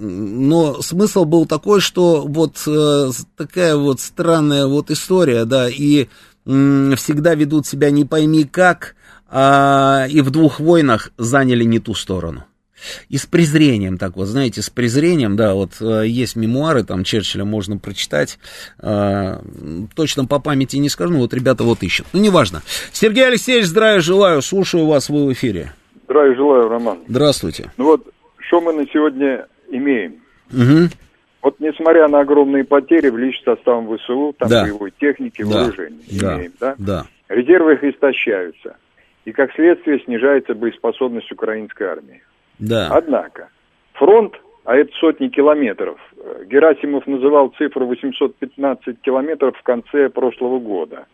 но смысл был такой, что вот э, такая вот странная вот история, да, и м, всегда ведут себя не пойми как, а, и в двух войнах заняли не ту сторону. И с презрением, так вот, знаете, с презрением, да, вот э, есть мемуары, там, Черчилля можно прочитать, э, точно по памяти не скажу, но вот ребята вот ищут, ну, неважно. Сергей Алексеевич, здравия желаю, слушаю вас, вы в эфире. Здравия желаю, Роман. Здравствуйте. Ну вот, что мы на сегодня имеем? Угу. Вот несмотря на огромные потери в личном составе ВСУ, там да. боевой техники, да. вооружений да. имеем, да? Да. Резервы их истощаются. И как следствие снижается боеспособность украинской армии. Да. Однако, фронт, а это сотни километров, Герасимов называл цифру восемьсот пятнадцать километров в конце прошлого года.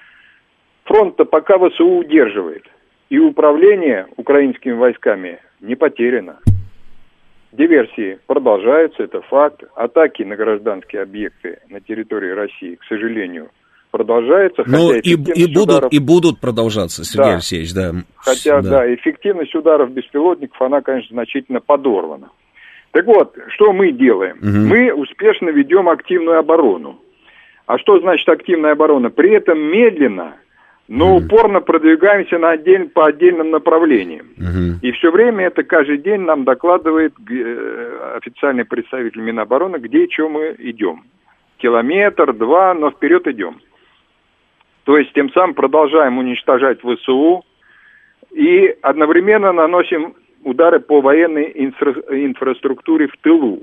Фронт-то пока ВСУ удерживает. И управление украинскими войсками не потеряно. Диверсии продолжаются, это факт. Атаки на гражданские объекты на территории России, к сожалению, продолжаются. Ну и, и, будут, ударов... и будут продолжаться, Сергей да. Алексеевич, да. Хотя, да. да, эффективность ударов беспилотников, она, конечно, значительно подорвана. Так вот, что мы делаем? Угу. Мы успешно ведем активную оборону. А что значит активная оборона? При этом медленно, но угу. упорно продвигаемся на отдель, по отдельным направлениям. Угу. И все время это каждый день нам докладывает э, официальный представитель Минобороны, где и что мы идем. Километр, два, но вперед идем. То есть тем самым продолжаем уничтожать ВСУ и одновременно наносим удары по военной инфра- инфраструктуре в тылу.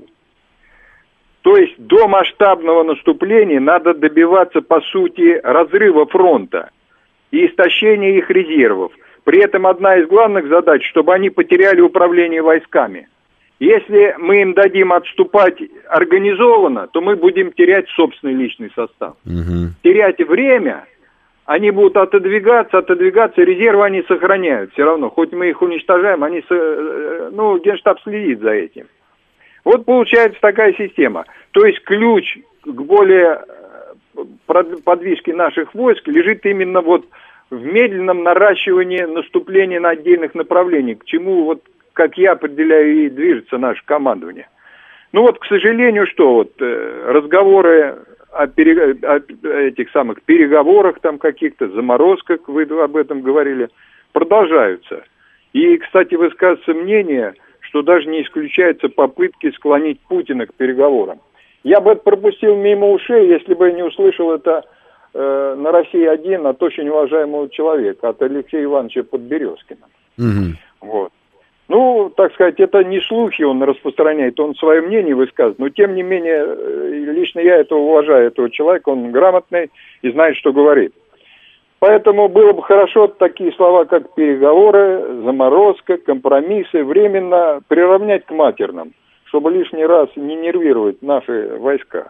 То есть до масштабного наступления надо добиваться, по сути, разрыва фронта и истощения их резервов. При этом одна из главных задач, чтобы они потеряли управление войсками. Если мы им дадим отступать организованно, то мы будем терять собственный личный состав. Угу. Терять время, они будут отодвигаться, отодвигаться, резервы они сохраняют все равно. Хоть мы их уничтожаем, они, ну, Генштаб следит за этим. Вот получается такая система. То есть ключ к более подвижке наших войск лежит именно вот в медленном наращивании наступления на отдельных направлениях, к чему, вот, как я определяю, и движется наше командование. Ну вот, к сожалению, что вот разговоры о, пере... о этих самых переговорах там каких-то, заморозках, вы об этом говорили, продолжаются. И, кстати, высказывается мнение, что даже не исключаются попытки склонить Путина к переговорам. Я бы это пропустил мимо ушей, если бы не услышал это э, на России один от очень уважаемого человека, от Алексея Ивановича Подберезкина. Угу. Вот. Ну, так сказать, это не слухи он распространяет, он свое мнение высказывает, но тем не менее, лично я этого уважаю, этого человека, он грамотный и знает, что говорит. Поэтому было бы хорошо такие слова, как переговоры, заморозка, компромиссы, временно приравнять к матерным, чтобы лишний раз не нервировать наши войска.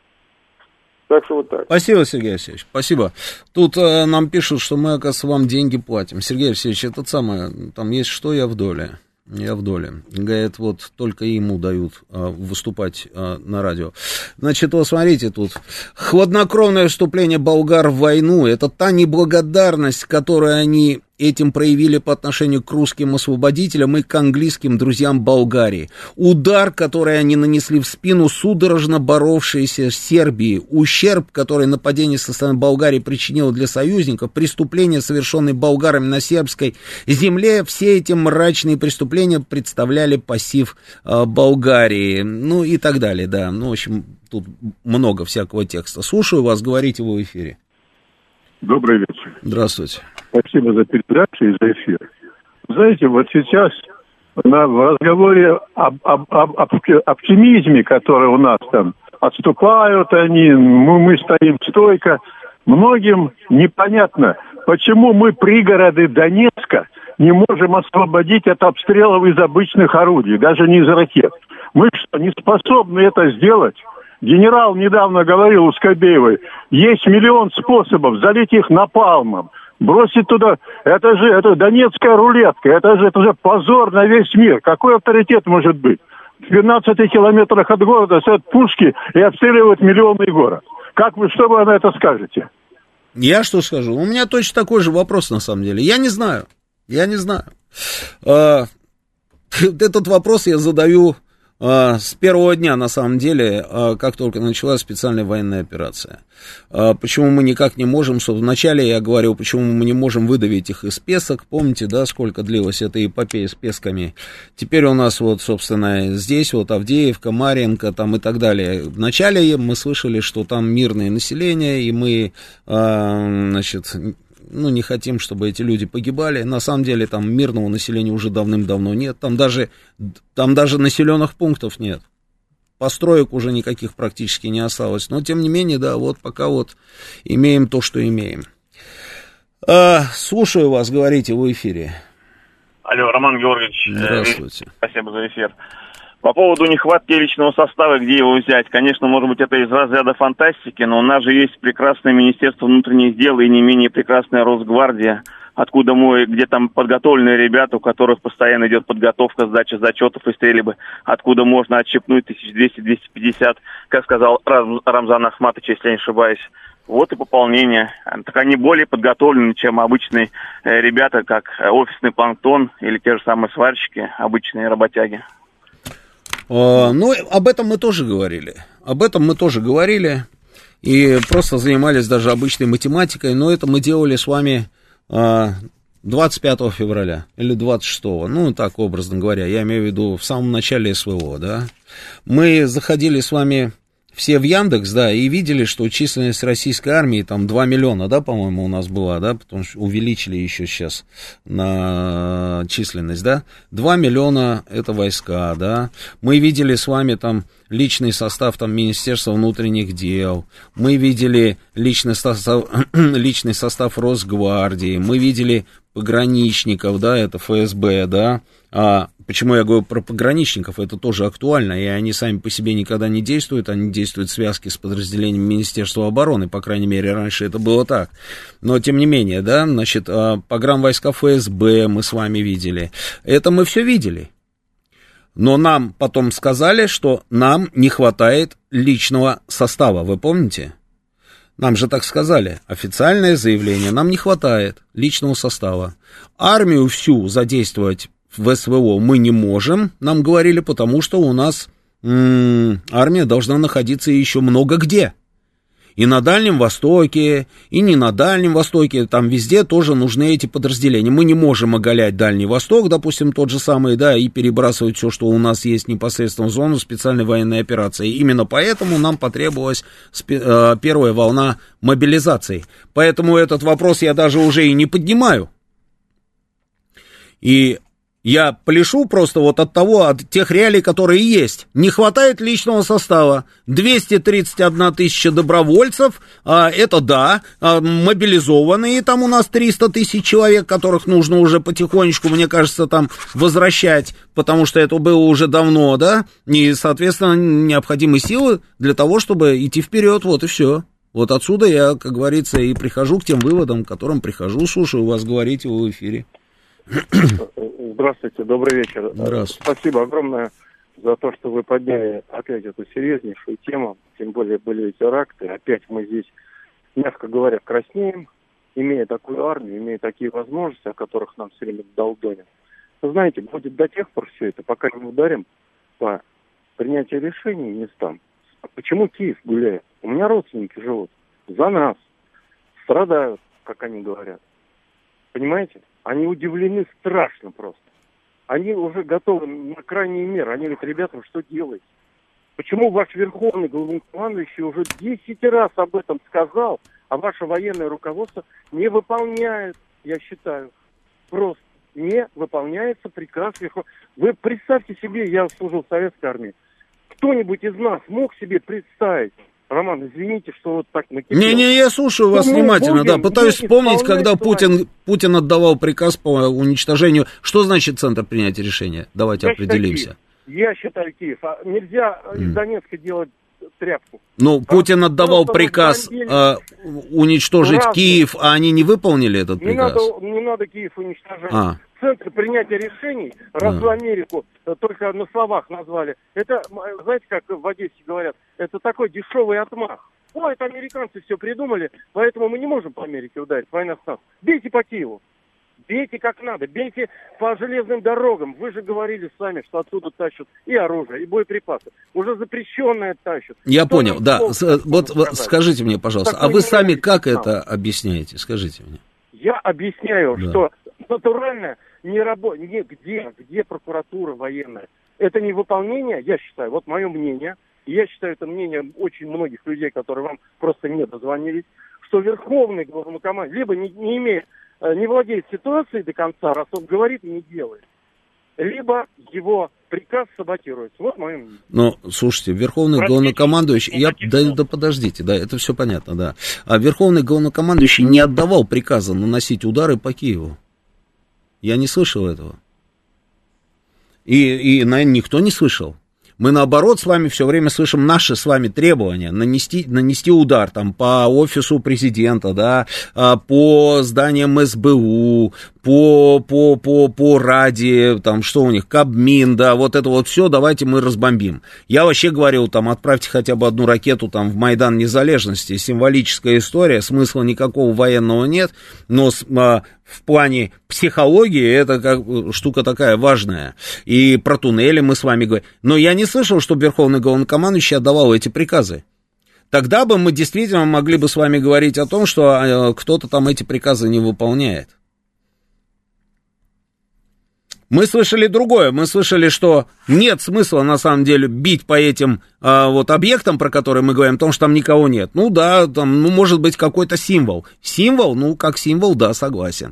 Так что вот так. Спасибо, Сергей Алексеевич, спасибо. Тут э, нам пишут, что мы, оказывается, вам деньги платим. Сергей Алексеевич, это самое, там есть что, я в доле. Я в доле. Говорит, вот только ему дают а, выступать а, на радио. Значит, вот смотрите тут. Хладнокровное вступление болгар в войну — это та неблагодарность, которую они этим проявили по отношению к русским освободителям и к английским друзьям Болгарии. Удар, который они нанесли в спину судорожно боровшейся Сербии, ущерб, который нападение со стороны Болгарии причинило для союзников, преступления, совершенные болгарами на сербской земле, все эти мрачные преступления представляли пассив э, Болгарии, ну и так далее, да. Ну, в общем, тут много всякого текста. Слушаю вас, говорите вы в эфире. Добрый вечер. Здравствуйте. Спасибо за передачу и за эфир. Знаете, вот сейчас на, в разговоре об, об, об, об оптимизме, который у нас там, отступают они, мы, мы стоим стойко, многим непонятно, почему мы пригороды Донецка не можем освободить от обстрелов из обычных орудий, даже не из ракет. Мы что, не способны это сделать? Генерал недавно говорил у Скобеевой, есть миллион способов залить их напалмом, бросить туда, это же это донецкая рулетка, это же, это же позор на весь мир. Какой авторитет может быть? В пятнадцати километрах от города стоят пушки и обстреливают миллионный город. Как вы, что вы на это скажете? Я что скажу? У меня точно такой же вопрос, на самом деле. Я не знаю. Я не знаю. А, этот вопрос я задаю а, с первого дня, на самом деле, а, как только началась специальная военная операция. А, почему мы никак не можем, что вначале я говорил, почему мы не можем выдавить их из песок. Помните, да, сколько длилась эта эпопея с песками? Теперь у нас вот, собственно, здесь вот Авдеевка, Марьинка там и так далее. Вначале мы слышали, что там мирное население, и мы, а, значит... ну, не хотим, чтобы эти люди погибали. На самом деле, там мирного населения уже давным-давно нет. Там даже, там даже населенных пунктов нет. Построек уже никаких практически не осталось. Но, тем не менее, да, вот пока вот имеем то, что имеем. А, слушаю вас, говорите в эфире. Алло, Роман Георгиевич. Здравствуйте. Э, спасибо за эфир. По поводу нехватки личного состава, где его взять, конечно, может быть, это из разряда фантастики, но у нас же есть прекрасное Министерство внутренних дел и не менее прекрасная Росгвардия, откуда мы, где там подготовленные ребята, у которых постоянно идет подготовка, сдача зачетов и стрельбы, откуда можно отщипнуть тысяча двести - двести пятьдесят, как сказал Рам, Рамзан Ахматович, если я не ошибаюсь. Вот и пополнение. Так они более подготовлены, чем обычные э, ребята, как офисный планктон или те же самые сварщики, обычные работяги. Ну, об этом мы тоже говорили. Об этом мы тоже говорили. И просто занимались даже обычной математикой. Но это мы делали с вами двадцать пятого февраля или двадцать шестого. Ну, так образно говоря. Я имею в виду в самом начале СВО, да. Мы заходили с вами все в Яндекс, да, и видели, что численность российской армии там два миллиона, да, по-моему, у нас была, да, потому что увеличили еще сейчас на численность, да, два миллиона это войска, да, мы видели с вами там личный состав там Министерства внутренних дел, мы видели личный состав, личный состав Росгвардии, мы видели пограничников, да, это ФСБ, да. А почему я говорю про пограничников? Это тоже актуально, и они сами по себе никогда не действуют, они действуют в связке с подразделением Министерства обороны, по крайней мере, раньше это было так. Но, тем не менее, да, значит, погранвойска ФСБ мы с вами видели. Это мы все видели. Но нам потом сказали, что нам не хватает личного состава, вы помните? Нам же так сказали, официальное заявление, нам не хватает личного состава. Армию всю задействовать в СВО мы не можем, нам говорили, потому что у нас м-м, армия должна находиться еще много где. И на Дальнем Востоке, и не на Дальнем Востоке, там везде тоже нужны эти подразделения. Мы не можем оголять Дальний Восток, допустим, тот же самый, да, и перебрасывать все, что у нас есть непосредственно в зону специальной военной операции. И именно поэтому нам потребовалась спе- э, первая волна мобилизации. Поэтому этот вопрос я даже уже и не поднимаю. И я пляшу просто вот от того, от тех реалий, которые есть. Не хватает личного состава. двести тридцать одна тысяча добровольцев, а, это да, а, мобилизованные, там у нас триста тысяч человек, которых нужно уже потихонечку, мне кажется, там возвращать, потому что это было уже давно, да, и, соответственно, необходимы силы для того, чтобы идти вперед, вот и все. Вот отсюда я, как говорится, и прихожу к тем выводам, к которым прихожу. Слушаю вас, говорите в эфире. Здравствуйте, добрый вечер. Здравствуйте. Спасибо огромное за то, что вы подняли опять эту серьезнейшую тему, тем более были эти теракты. Опять мы здесь, мягко говоря, краснеем, имея такую армию, имея такие возможности, о которых нам все время долдонят. Вы знаете, будет до тех пор все это, пока не ударим по принятию решений местам. Почему Киев гуляет? У меня родственники живут за нас, страдают, как они говорят. Понимаете? Они удивлены страшно просто. Они уже готовы на крайние меры. Они говорят, ребята, что делаете? Почему ваш верховный главнокомандующий уже десять раз об этом сказал, а ваше военное руководство не выполняет, я считаю, просто не выполняется приказ верховного. Вы представьте себе, я служил в советской армии, кто-нибудь из нас мог себе представить, Роман, извините, что вот так накипело. Не-не, я слушаю вас внимательно, да, пытаюсь вспомнить, когда Путин, Путин отдавал приказ по уничтожению. Что значит центр принятия решения? Давайте я определимся. Считаю, я считаю Киев. А нельзя mm. из Донецка делать тряпку. Ну, Путин отдавал Просто приказ э, уничтожить Разные. Киев, а они не выполнили этот Не приказ? надо, не надо Киев уничтожать. А. Центр принятия решений, раз А. в Америку э, только на словах назвали, это, м, знаете, как в Одессе говорят, это такой дешевый отмах. Ой, это американцы все придумали, поэтому мы не можем по Америке ударить, война с нас. Бейте по Киеву. Бейте как надо, бейте по железным дорогам. Вы же говорили сами, что оттуда тащат и оружие, и боеприпасы. Уже запрещенное тащат. Я Кто понял, да. нам С, вот, вот скажите мне, пожалуйста, Такой а вы сами ненависть как нам. это объясняете? Скажите мне. Я объясняю, Да. что натурально не работает, где, где прокуратура военная. Это не выполнение, я считаю, вот мое мнение, и я считаю, это мнение очень многих людей, которые вам просто не дозвонились, что верховный главнокомандующий либо не, не имеет, не владеет ситуацией до конца, раз он говорит и не делает, либо его приказ саботируется. Вот мое мнение. Ну, слушайте, Верховный Простите, главнокомандующий, я, да, да подождите, да, это все понятно, да. А Верховный главнокомандующий не отдавал приказа наносить удары по Киеву. Я не слышал этого. И, и наверное, никто не слышал. Мы, наоборот, с вами все время слышим наши с вами требования нанести, нанести удар там, по офису президента, да, по зданиям эс бэ у, по, по, по, по Раде, там, что у них, Кабмин, да, вот это вот все давайте мы разбомбим. Я вообще говорил, там, отправьте хотя бы одну ракету там в Майдан Незалежности, символическая история, смысла никакого военного нет, но с, а, в плане психологии это как штука такая важная. И про туннели мы с вами говорим. Но я не слышал, что Верховный главнокомандующий отдавал эти приказы. Тогда бы мы действительно могли бы с вами говорить о том, что э, кто-то там эти приказы не выполняет. Мы слышали другое, мы слышали, что нет смысла на самом деле бить по этим э, вот объектам, про которые мы говорим, потому что там никого нет. Ну да, там, ну может быть какой-то символ. Символ, ну как символ, да, согласен.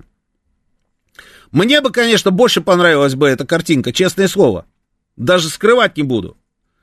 Мне бы, конечно, больше понравилась бы эта картинка, честное слово. Даже скрывать не буду.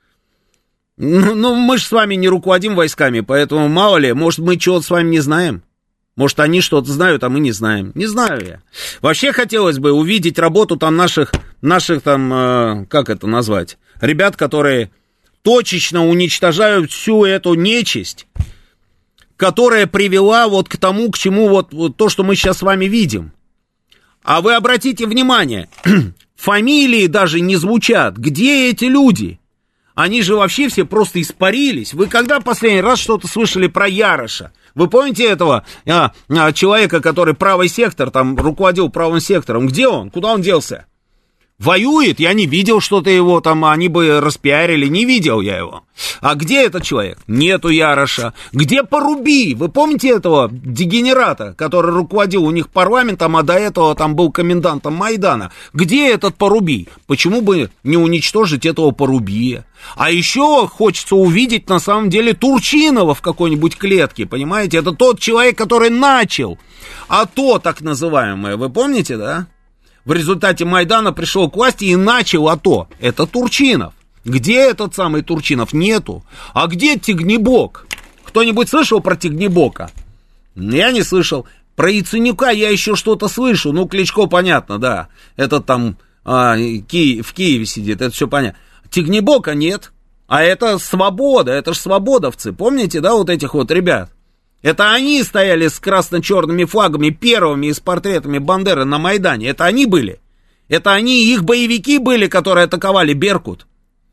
Ну, ну мы же с вами не руководим войсками, поэтому мало ли, может мы чего-то с вами не знаем. Может, они что-то знают, а мы не знаем. Не знаю я. Вообще хотелось бы увидеть работу там наших, наших там, э, как это назвать, ребят, которые точечно уничтожают всю эту нечисть, которая привела вот к тому, к чему вот, вот то, что мы сейчас с вами видим. А вы обратите внимание, фамилии даже не звучат. Где эти люди? Они же вообще все просто испарились. Вы когда последний раз что-то слышали про Яроша? Вы помните этого а, а, человека, который правый сектор, там, руководил правым сектором? Где он? Куда он делся? Воюет? Я не видел что-то его там, они бы распиарили, не видел я его. А где этот человек? Нету Яроша. Где Поруби? Вы помните этого дегенерата, который руководил у них парламентом, а до этого там был комендантом Майдана? Где этот Поруби? Почему бы не уничтожить этого Порубия? А еще хочется увидеть на самом деле Турчинова в какой-нибудь клетке, понимаете? Это тот человек, который начал АТО так называемое, вы помните, да? В результате Майдана пришел к власти и начал АТО. Это Турчинов. Где этот самый Турчинов? Нету. А где Тигнебок? Кто-нибудь слышал про Тигнебока? Я не слышал. Про Яценюка я еще что-то слышу. Ну, Кличко, понятно, да. Этот там а, Ки... в Киеве сидит, это все понятно. Тигнебока нет. А это Свобода, это ж свободовцы. Помните, да, вот этих вот ребят? Это они стояли с красно-черными флагами первыми и с портретами Бандеры на Майдане. Это они были. Это они, их боевики были, которые атаковали Беркут.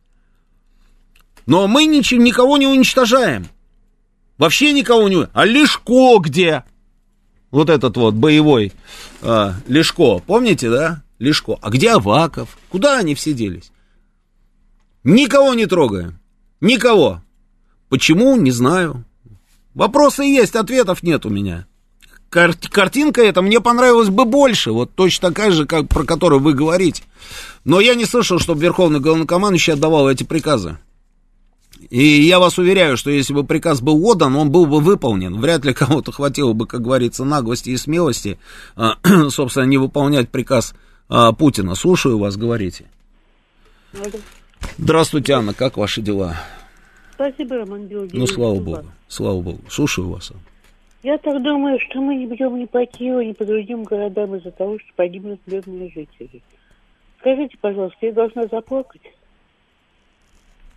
Но мы ничего, никого не уничтожаем. Вообще никого не... А Лешко где? Вот этот вот боевой а, Лешко. Помните, да? Лешко. А где Аваков? Куда они все делись? Никого не трогаем. Никого. Почему? Не знаю. Вопросы есть, ответов нет у меня. Кар- картинка эта мне понравилась бы больше, вот точно такая же, как про которую вы говорите. Но я не слышал, чтобы Верховный главнокомандующий отдавал эти приказы. И я вас уверяю, что если бы приказ был отдан, он был бы выполнен. Вряд ли кого-то хватило бы, как говорится, наглости и смелости, а, собственно, не выполнять приказ а, Путина. Слушаю вас, говорите. Здравствуйте, Анна, как ваши дела? Спасибо, Роман Георгиевич. Ну, слава богу, слава богу. Слушаю вас. Я так думаю, что мы не бьем ни по Киеву, ни по другим городам из-за того, что погибнут мирные жители. Скажите, пожалуйста, я должна заплакать?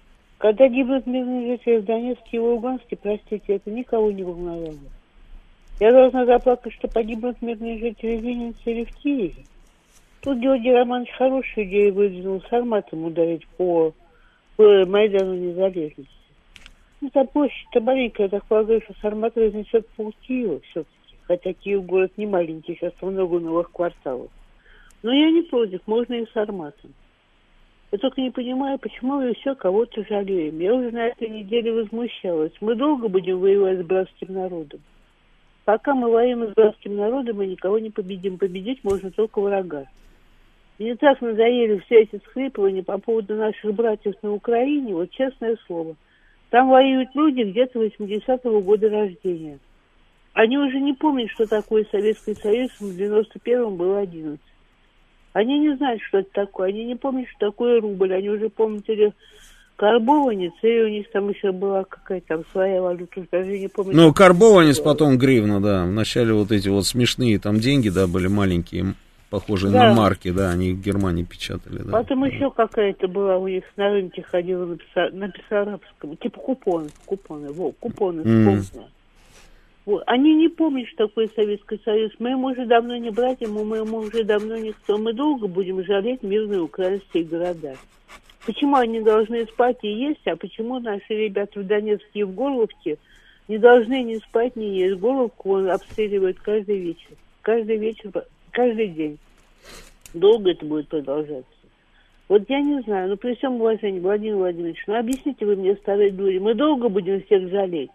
Когда гибнут мирные жители в Донецке и Луганске, простите, это никого не волновало. Я должна заплакать, что погибнут мирные жители Винницы или в Киеве. Тут Георгий Романович хорошую идею выдвинул с арматом ударить по, по Майдану Незалежности. Ну, там площадь-то маленькая, я так полагаю, что с армата разнесет пол Киева все-таки. Хотя Киев город не маленький, сейчас много новых кварталов. Но я не против, можно и с арматом. Я только не понимаю, почему мы все кого-то жалеем. Я уже на этой неделе возмущалась. Мы долго будем воевать с братским народом. Пока мы воюем с братским народом, мы никого не победим. Победить можно только врага. Мне так надоели все эти схлипывания по поводу наших братьев на Украине, вот честное слово. Там воюют люди где-то восьмидесятого года рождения. Они уже не помнят, что такое Советский Союз, в девяносто первом было одиннадцать. Они не знают, что это такое, они не помнят, что такое рубль, они уже помнят или карбованец, и у них там еще была какая-то там своя валюта, даже не помню. Ну, карбованец, потом гривна, да, вначале вот эти вот смешные там деньги, да, были маленькие, похожие да. на марки, да, они в Германии печатали, да. Потом еще какая-то была у них на рынке ходила на, писа... на писарабском, типа купоны, купоны, во, купоны, вспомнила. Mm. Вот. Они не помнят, что такое Советский Союз. Мы ему уже давно не братья, мы ему уже давно никто. Мы долго будем жалеть мирные украинские города. Почему они должны спать и есть, а почему наши ребята в Донецке и в Горловке не должны ни спать, ни есть? Горловку он обстреливает каждый вечер. Каждый вечер, каждый день. Долго это будет продолжаться. Вот я не знаю, но при всем уважении, Владимир Владимирович, ну объясните вы мне, старые дури, мы долго будем всех жалеть?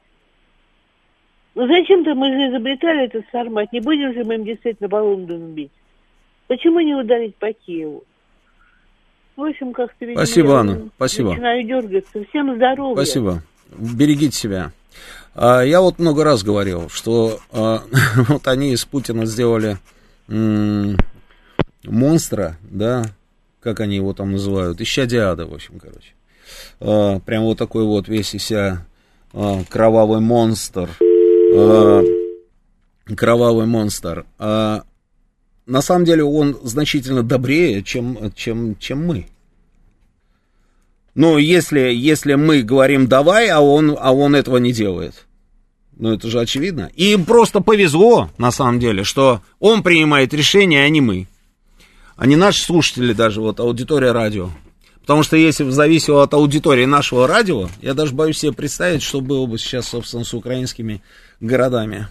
Ну зачем-то мы же изобретали этот сармат, не будем же мы им действительно по Лондону бить? Почему не ударить по Киеву? В общем, как-то... Видимо, спасибо, Анна, спасибо. Начинаю дергаться. Всем здоровья. Спасибо. Берегите себя. Я вот много раз говорил, что вот они из Путина сделали монстра, да, как они его там называют, исчадие ада, в общем, короче. Прям вот такой вот весь из себя кровавый монстр. Кровавый монстр. А на самом деле он значительно добрее, чем, чем, чем мы. Но если, если мы говорим давай, а он, а он этого не делает. Ну, это же очевидно. И им просто повезло, на самом деле, что он принимает решение, а не мы. А не наши слушатели даже, вот аудитория радио. Потому что если бы зависело от аудитории нашего радио, я даже боюсь себе представить, что было бы сейчас, собственно, с украинскими городами.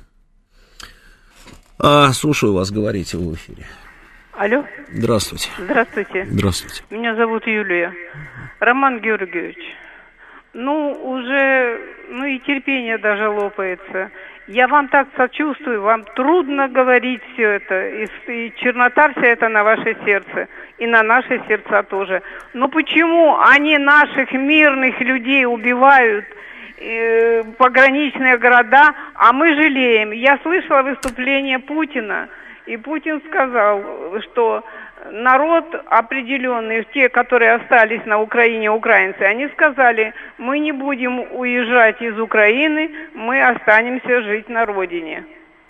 А, слушаю вас, говорите в эфире. Алло. Здравствуйте. Здравствуйте. Здравствуйте. Меня зовут Юлия. Роман Георгиевич, ну, уже, ну и терпение даже лопается. Я вам так сочувствую, вам трудно говорить все это, и, и чернота вся это на ваше сердце, и на наши сердца тоже. Но почему они наших мирных людей убивают, э, пограничные города, а мы жалеем? Я слышала выступление Путина, и Путин сказал, что народ определенный, те, которые остались на Украине, украинцы, они сказали, мы не будем уезжать из Украины, мы останемся жить на родине.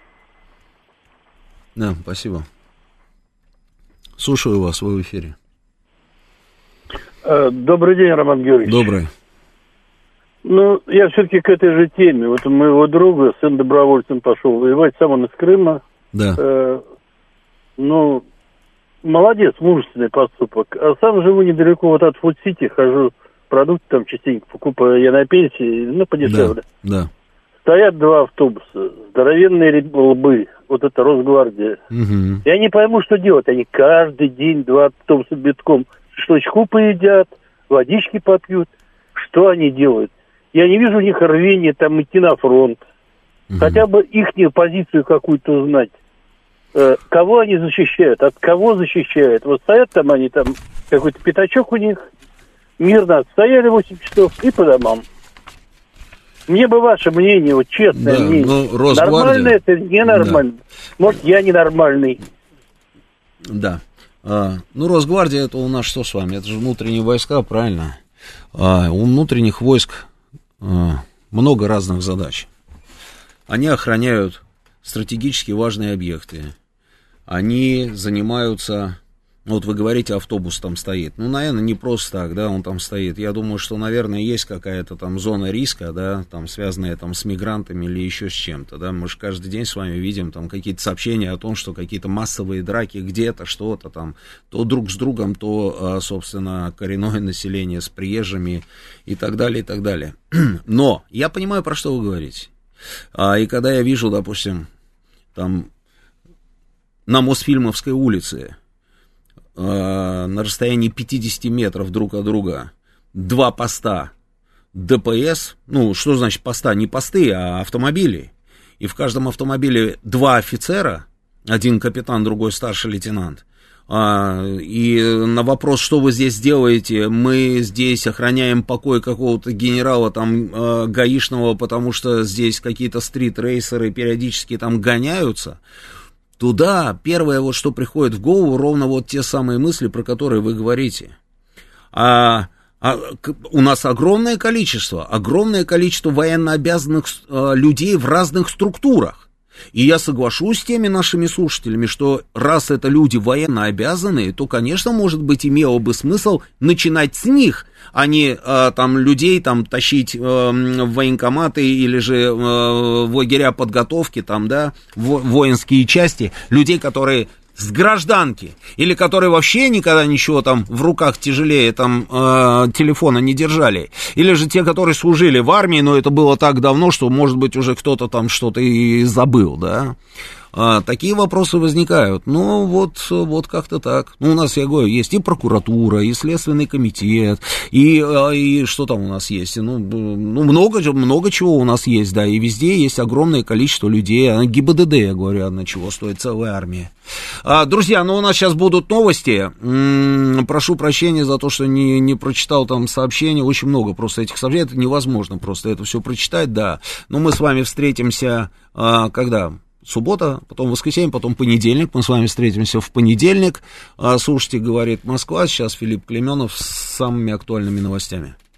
Да, спасибо. Слушаю вас, вы в эфире. Добрый день, Роман Георгиевич. Добрый. Ну, я все-таки к этой же теме. Вот у моего друга сын добровольцем пошел воевать, сам он из Крыма. Да. Э, ну... Молодец, мужественный поступок. А сам живу недалеко вот от Фуд-Сити, хожу, продукты там частенько покупаю, я на пенсии, ну, подешевле. Да, да. Стоят два автобуса, здоровенные лбы, вот это Росгвардия. Угу. Я не пойму, что делать, они каждый день два автобуса битком шашлычку поедят, водички попьют. Что они делают? Я не вижу у них рвения там идти на фронт. Угу. Хотя бы ихнюю позицию какую-то узнать. Кого они защищают, от кого защищают. Вот стоят там они, там какой-то пятачок у них, мирно отстояли восемь часов и по домам. Мне бы ваше мнение, вот честное да, мнение. Ну, Росгвардия... Нормально это, ненормально. Да. Может, я ненормальный. Да. А, ну, Росгвардия, это у нас что с вами? Это же внутренние войска, правильно? А, у внутренних войск а, много разных задач. Они охраняют стратегически важные объекты. Они занимаются Вот вы говорите, автобус там стоит. Ну, наверное, не просто так, да, он там стоит. Я думаю, что, наверное, есть какая-то там зона риска, да, там, связанная там с мигрантами или еще с чем-то, да. Мы же каждый день с вами видим там какие-то сообщения о том, что какие-то массовые драки где-то, что-то там, то друг с другом, то, собственно, коренное население с приезжими и так далее, и так далее. Но я понимаю, про что вы говорите. И когда я вижу, допустим, там на Мосфильмовской улице на расстоянии пятьдесят метров друг от друга два поста ДПС, ну, что значит поста? Не посты, а автомобили. И в каждом автомобиле два офицера, один капитан, другой старший лейтенант. И на вопрос, что вы здесь делаете, мы здесь охраняем покой какого-то генерала там гаишного, потому что здесь какие-то стрит-рейсеры периодически там гоняются. Туда первое, вот что приходит в голову, ровно вот те самые мысли, про которые вы говорите. А, а у нас огромное количество, огромное количество военнообязанных а, людей в разных структурах. И я соглашусь с теми нашими слушателями, что раз это люди военнообязанные, то, конечно, может быть, имело бы смысл начинать с них, а не а, там людей там тащить а, в военкоматы или же а, в лагеря подготовки, там, да, в воинские части, людей, которые с гражданки, или которые вообще никогда ничего там в руках тяжелее там э, телефона не держали, или же те, которые служили в армии, но это было так давно, что, может быть, уже кто-то там что-то и забыл, да. А, такие вопросы возникают. Ну, вот, вот как-то так. Ну, у нас, я говорю, есть и прокуратура, и Следственный комитет, и, и что там у нас есть? Ну, ну много, много чего у нас есть, да, и везде есть огромное количество людей. ГИБДД, я говорю, одна чего стоит, целая армия. А, друзья, ну, у нас сейчас будут новости. М-м, прошу прощения за то, что не, не прочитал там сообщения. Очень много просто этих сообщений. Это невозможно просто это все прочитать, да. Но мы с вами встретимся, а, когда? Суббота, потом воскресенье, потом понедельник. Мы с вами встретимся в понедельник. Слушайте, говорит Москва. Сейчас Филипп Клейменов с самыми актуальными новостями.